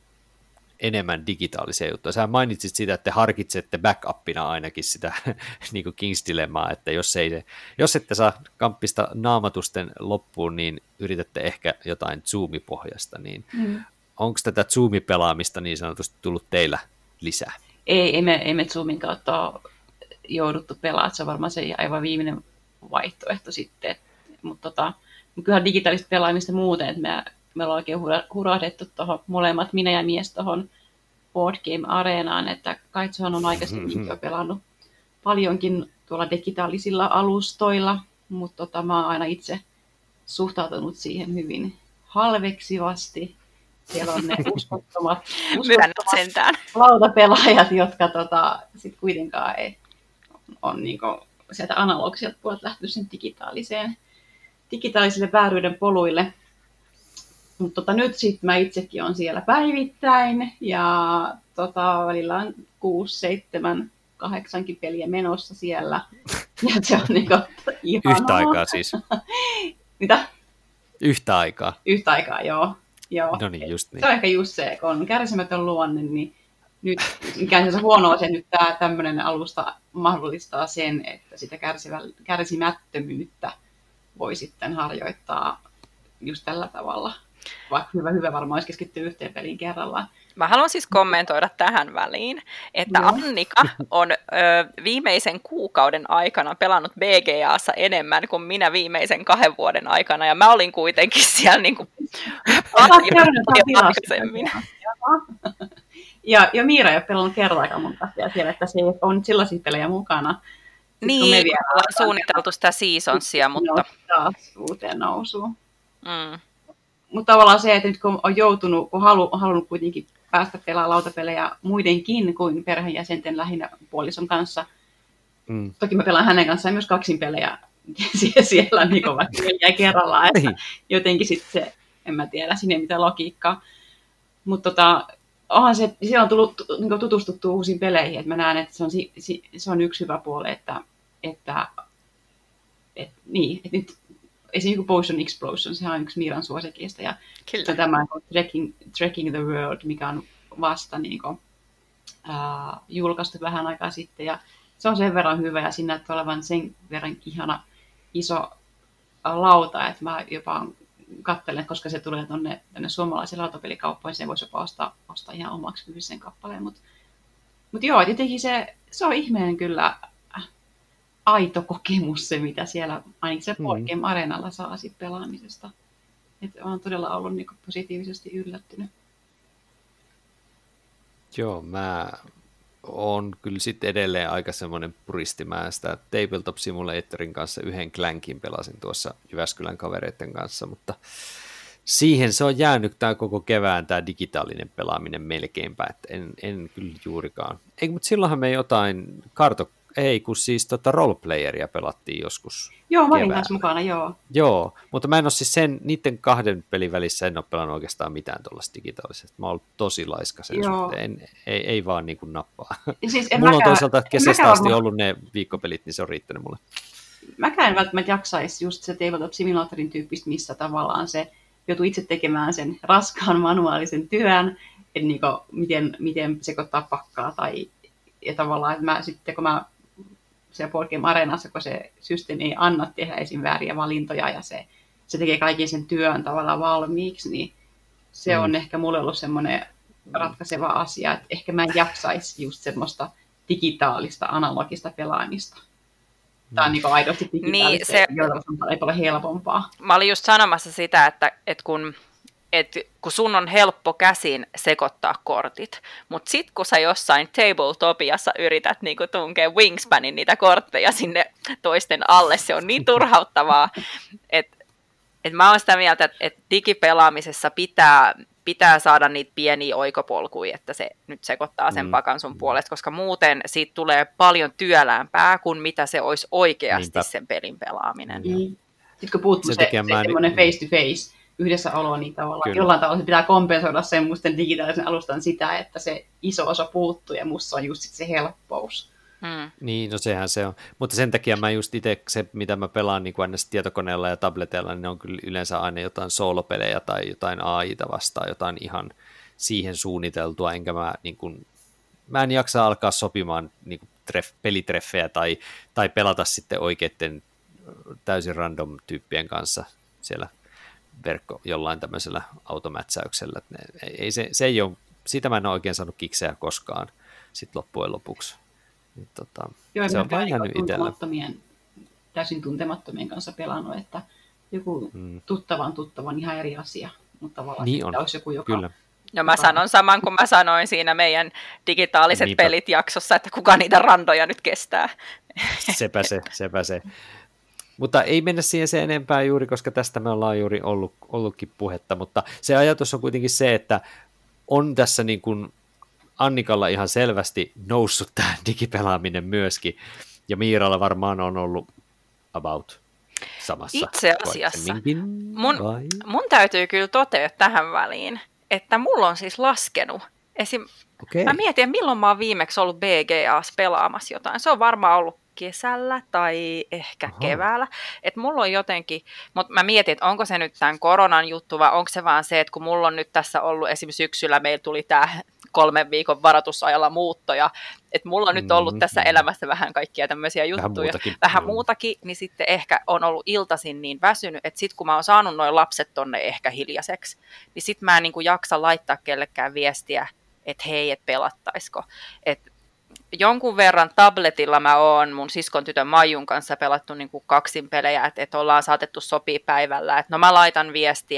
S1: enemmän digitaalisia juttuja? Sä mainitsit sitä, että te harkitsette backupina ainakin sitä niin kuin King's Dilemmaa, että jos, ei, jos ette saa kamppista naamatusten loppuun, niin yritätte ehkä jotain Zoom-pohjasta, niin mm. onko tätä Zoom-pelaamista niin sanotusti tullut teillä lisää?
S3: Ei, ei me, ei me Zoomin kautta ole jouduttu pelaamaan, se on varmaan se aivan viimeinen vaihtoehto sitten, mutta tota, kyllähän digitaalista pelaamista muuten, että me Me ollaan oikein hurahdettu tuohon molemmat, minä ja mies tuohon Board Game Areenaan, että Kaitsuhan on aikaisemmin jo pelannut paljonkin tuolla digitaalisilla alustoilla, mutta tota, mä oon aina itse suhtautunut siihen hyvin halveksivasti. Siellä on ne uskottomat, uskottomat lautapelaajat, jotka tota, sit kuitenkaan ei on niinku sieltä analogiselta puolelta lähtenyt sen digitaaliseen, digitaalisille vääryyden poluille. Mutta tota, nyt sitten mä itsekin olen siellä päivittäin ja tota, välillä on kuusi, seitsemän, kahdeksankin peliä menossa siellä. Ja se on niinku ihanaa.
S1: Yhtä aikaa siis?
S3: Mitä?
S1: Yhtä aikaa?
S3: Yhtä aikaa, joo. joo.
S1: No niin, just niin.
S3: Se on ehkä just se, kun on kärsimätön luonne, niin nyt mikä se huonoa se nyt tämä tämmöinen alusta mahdollistaa sen, että sitä kärsimättömyyttä voi sitten harjoittaa just tällä tavalla. Vaikka hyvä, hyvä varmaan olisi keskittyä yhteen peliin kerrallaan.
S2: Mä haluan siis kommentoida tähän väliin, että no. Annika on ö, viimeisen kuukauden aikana pelannut B G A:ssa enemmän kuin minä viimeisen kahden vuoden aikana, ja mä olin kuitenkin siellä niin kuin aikaisemmin.
S3: Ja, ja Miira ei ole pelannut kertaakaan mun kanssa siellä, että se ei ole nyt sellaisia pelejä mukana. Sitten,
S2: niin,
S3: me vielä
S2: ollaan suunniteltu sitä seasonsia, mutta...
S3: taas uuteen nousuun.
S2: Mm.
S3: Mutta tavallaan se, että nyt kun on joutunut, kun halu, on halunnut kuitenkin päästä pelaamaan lautapelejä muidenkin kuin perheenjäsenten lähinnä puolison kanssa.
S1: Mm.
S3: Toki mä pelaan hänen kanssaan myös kaksin pelejä siellä niin kuin vaikka neljä kerrallaan, että jotenkin sitten se, en mä tiedä, siinä ei mitään logiikkaa. Mutta tota, onhan se, siellä on tullut niin tutustuttu uusiin peleihin, että mä näen, että se on, se on yksi hyvä puoli, että, että, että, niin, että nyt esimerkiksi Potion Explosion, sehän on yksi Miiran suosikista, ja
S2: Kyllä.
S3: tämä Trekking, Trekking the World, mikä on vasta niin kuin, äh, julkaistu vähän aikaa sitten, ja se on sen verran hyvä, ja siinä näyttää olevan sen verran ihana iso lauta, että mä jopa katselen, koska se tulee tuonne suomalaisiin lautapelikauppoihin, se voisi jopa ostaa, ostaa ihan omaksi fyysisen kappaleen. Mutta mut joo, tietenkin se, se on ihmeen kyllä aito kokemus se, mitä siellä ainakin se Board Game Areenalla saa sit pelaamisesta. Että olen todella ollut niinku positiivisesti yllättynyt.
S1: Joo, mä oon kyllä sitten edelleen aika semmoinen puristi. Mä sitä Tabletop Simulatorin kanssa yhden Clankin pelasin tuossa Jyväskylän kavereiden kanssa, mutta siihen se on jäänyt tämä koko kevään tämä digitaalinen pelaaminen melkeinpä, että en, en kyllä juurikaan. Ei, mutta silloinhan me jotain karto, ei kun siis tota roleplayeria pelattiin joskus.
S3: Joo, mä olin kanssa mukana, joo.
S1: Joo, mutta mä en ole siis sen, niiden kahden pelin välissä en ole pelannut oikeastaan mitään tuollaista digitaalisesta. Mä oon ollut tosi laiska sen joo. suhteen, en, ei, ei vaan niin kuin nappaa.
S3: Siis
S1: mulla mäkään, on toisaalta kesästä asti varma... ollut ne viikkopelit, niin se on riittänyt mulle.
S3: Mäkään en välttämättä jaksaisi just se Tabletop Simulatorin tyyppistä, missä tavallaan se joutuu itse tekemään sen raskaan manuaalisen työn, että niin kuin, miten, miten sekoittaa pakkaa tai ja tavallaan, että mä sitten kun mä se Board Game Areenassa, kun se systeemi ei anna tehdä esim. Vääriä valintoja ja se, se tekee kaiken sen työn tavallaan valmiiksi, niin se mm. on ehkä mulle ollut semmoinen ratkaiseva asia, että ehkä mä en jaksaisi just semmoista digitaalista, analogista pelaamista. Tämä on niin kuin aidosti digitaalista, niin se, joilla on ei ole helpompaa.
S2: Mä olin just sanomassa sitä, että, että kun että kun sun on helppo käsin sekoittaa kortit, mutta sitten kun sä jossain tabletopiassa yrität niinku tunkea Wingspanin niitä kortteja sinne toisten alle, se on niin turhauttavaa, että et mä oon sitä mieltä, että et digipelaamisessa pitää, pitää saada niitä pieniä oikopolkuja, että se nyt sekoittaa sen mm. pakan sun puolesta, koska muuten siitä tulee paljon työläämpää kuin mitä se olisi oikeasti Niinpä. sen pelin pelaaminen.
S3: Mm. Sitten kun puuttuu se, se, se semmoinen face-to-face, yhdessä oloa, niin tavallaan jollain tavalla se pitää kompensoida semmoisten digitaalisen alustan sitä, että se iso osa puuttuu ja musta on just se helppous.
S2: Mm.
S1: Niin, no sehän se on. Mutta sen takia mä just itse, se mitä mä pelaan niin aina tietokoneella ja tableteilla, niin ne on kyllä yleensä aina jotain soolopelejä tai jotain A I-ta vastaan, jotain ihan siihen suunniteltua, enkä mä niin kuin, mä en jaksa alkaa sopimaan niin kuin treff, pelitreffejä tai, tai pelata sitten oikeiden täysin random tyyppien kanssa siellä verkko jollain tämmöisellä automätsäyksellä. Ei, se, se ei ole, siitä mä en ole oikein saanut kiksejä koskaan sit loppujen lopuksi. Niin, tota,
S3: Joo,
S1: se on vain jäänyt itsellä.
S3: Täysin tuntemattomien kanssa pelannut, että joku mm. tuttavan tuttavan ihan eri asia, mutta tavallaan
S1: niin on.
S3: Olisi joku, joka...
S1: Kyllä.
S2: No mä sanon saman kuin mä sanoin siinä meidän digitaaliset Niinpä. pelit jaksossa, että kuka niitä randoja nyt kestää.
S1: Sepä se, sepä se. Mutta ei mennä siihen se enempää juuri, koska tästä me ollaan juuri ollut, ollutkin puhetta, mutta se ajatus on kuitenkin se, että on tässä niin kuin Annikalla ihan selvästi noussut tämä digipelaaminen myöskin, ja Miiralla varmaan on ollut about samassa.
S2: Itse asiassa mun, mun täytyy kyllä totea tähän väliin, että mulla on siis laskenut. Esim, okay. Mä mietin, milloin mä oon viimeksi ollut B G A:ssa pelaamassa jotain. Se on varmaan ollut kesällä tai ehkä Aha. keväällä. Että mulla on jotenkin, mutta mä mietin, että onko se nyt tämän koronan juttu vai onko se vaan se, että kun mulla on nyt tässä ollut esimerkiksi syksyllä, meillä tuli tämä kolmen viikon varoitusajalla muuttoja, että mulla on nyt ollut mm-hmm. tässä elämässä vähän kaikkia tämmöisiä juttuja, vähän muutakin, vähän muutakin niin sitten ehkä on ollut iltaisin niin väsynyt, että sitten kun mä oon saanut noin lapset tonne ehkä hiljaiseksi, niin sitten mä en niin kuin jaksa laittaa kellekään viestiä, että hei, et pelattaisiko. Että jonkun verran tabletilla mä oon mun siskon tytön Maijun kanssa pelattu niin kuin kaksin pelejä, että et ollaan saatettu sopia päivällä, että no mä laitan viestiä,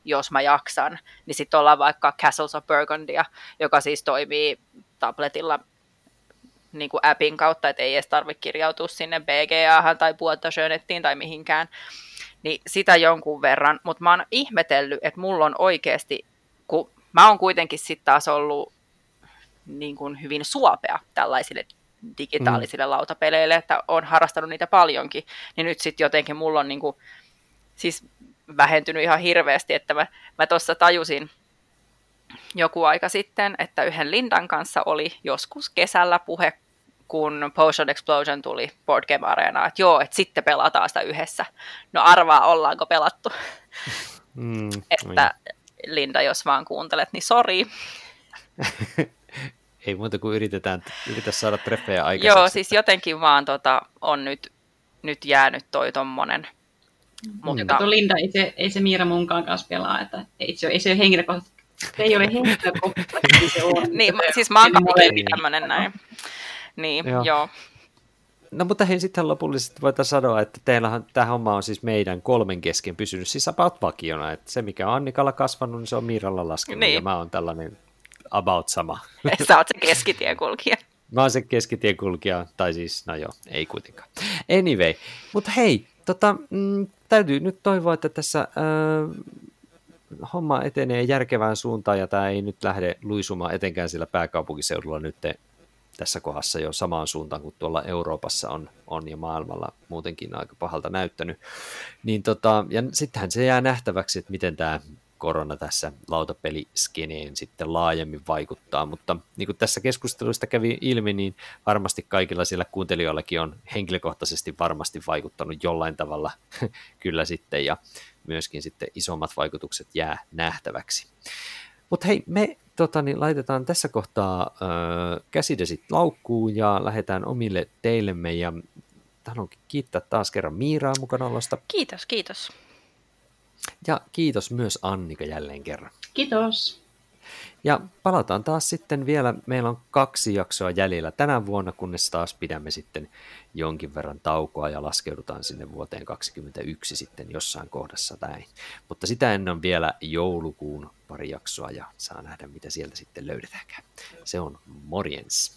S2: jos mä jaksan, niin sitten ollaan vaikka Castles of Burgundia, joka siis toimii tabletilla niin kuin appin kautta, että ei edes tarvitse kirjautua sinne B G A:han tai Boîte de Jeunettiin tai mihinkään, niin sitä jonkun verran, mutta mä oon ihmetellyt, että mulla on oikeasti, kun mä oon kuitenkin sitten taas ollut niin kuin hyvin suopea tällaisille digitaalisille mm. lautapeleille, että on harrastanut niitä paljonkin, niin nyt sitten jotenkin mulla on niin kuin, siis vähentynyt ihan hirveästi, että mä, mä tuossa tajusin joku aika sitten, että yhden Lindan kanssa oli joskus kesällä puhe, kun Potion Explosion tuli Board Game Areenaan, että joo, että sitten pelataan sitä yhdessä. No arvaa, ollaanko pelattu. Mm, että niin. Linda, jos vaan kuuntelet, niin sori.
S1: Ei muuta kuin yritetään yritä saada treffejä aikaiseksi.
S2: Joo, siis jotenkin vaan tota, on nyt, nyt jäänyt toi tommonen.
S3: Mutta kato Linda, ei se, ei se Miira munkaan kanssa pelaa, että ei se, ei se ole henkilökohtaisesti. Se ei ole henkilökohtaisesti, se on.
S2: Niin, siis mä oon kaikki tämmönen näin. Niin, joo. joo.
S1: No mutta hei, sitten lopullisesti voitaisiin sanoa, että teillähän tämä homma on siis meidän kolmen kesken pysynyt siis about vakiona, että se mikä on Annikalla kasvanut, niin se on Miiralla laskenut, niin. Ja mä oon tällainen about sama.
S2: Sä oot se keskitienkulkija.
S1: Mä oon se keskitienkulkija, tai siis, no joo, ei kuitenkaan. Anyway, mutta hei, tota, mm, täytyy nyt toivoa, että tässä äh, homma etenee järkevään suuntaan, ja tämä ei nyt lähde luisumaan etenkään sillä pääkaupunkiseudulla nyt tässä kohdassa jo samaan suuntaan kuin tuolla Euroopassa on, on ja maailmalla muutenkin aika pahalta näyttänyt. Niin tota, ja sittenhän se jää nähtäväksi, että miten tämä korona tässä lautapeliskeneen sitten laajemmin vaikuttaa, mutta niin kuin tässä keskustelusta kävi ilmi, niin varmasti kaikilla siellä kuuntelijoillakin on henkilökohtaisesti varmasti vaikuttanut jollain tavalla kyllä sitten, ja myöskin sitten isommat vaikutukset jää nähtäväksi. Mutta hei, me tota, niin laitetaan tässä kohtaa ö, käsidesit laukkuun ja lähdetään omille teillemme, ja haluankin kiittää taas kerran Miiraa mukana olosta.
S2: Kiitos, kiitos.
S1: Ja kiitos myös Annika jälleen kerran.
S3: Kiitos.
S1: Ja palataan taas sitten vielä, meillä on kaksi jaksoa jäljellä tänä vuonna, kunnes taas pidämme sitten jonkin verran taukoa ja laskeudutaan sinne vuoteen kaksikymmentäyksi sitten jossain kohdassa näin. Mutta sitä ennen on vielä joulukuun pari jaksoa ja saa nähdä, mitä sieltä sitten löydetäänkään. Se on morjens.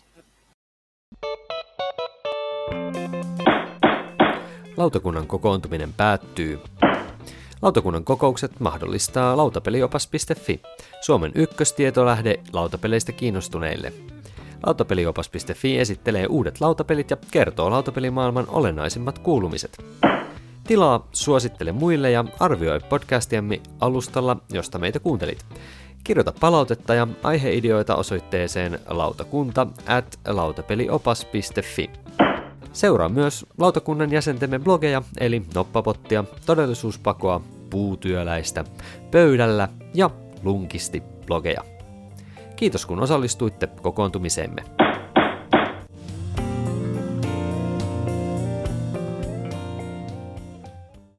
S1: Lautakunnan kokoontuminen päättyy. Lautakunnan kokoukset mahdollistaa lautapeliopas piste fi, Suomen ykköstietolähde lautapeleistä kiinnostuneille. Lautapeliopas piste fi esittelee uudet lautapelit ja kertoo lautapelimaailman olennaisimmat kuulumiset. Tilaa, suosittele muille ja arvioi podcastiamme alustalla, josta meitä kuuntelit. Kirjoita palautetta ja aiheideoita osoitteeseen lautakunta at lautapeliopas piste fi. Seuraa myös lautakunnan jäsentemme blogeja, eli Noppapottia, Todellisuuspakoa, Puutyöläistä, Pöydällä ja Lunkisti blogeja. Kiitos kun osallistuitte kokoontumiseemme.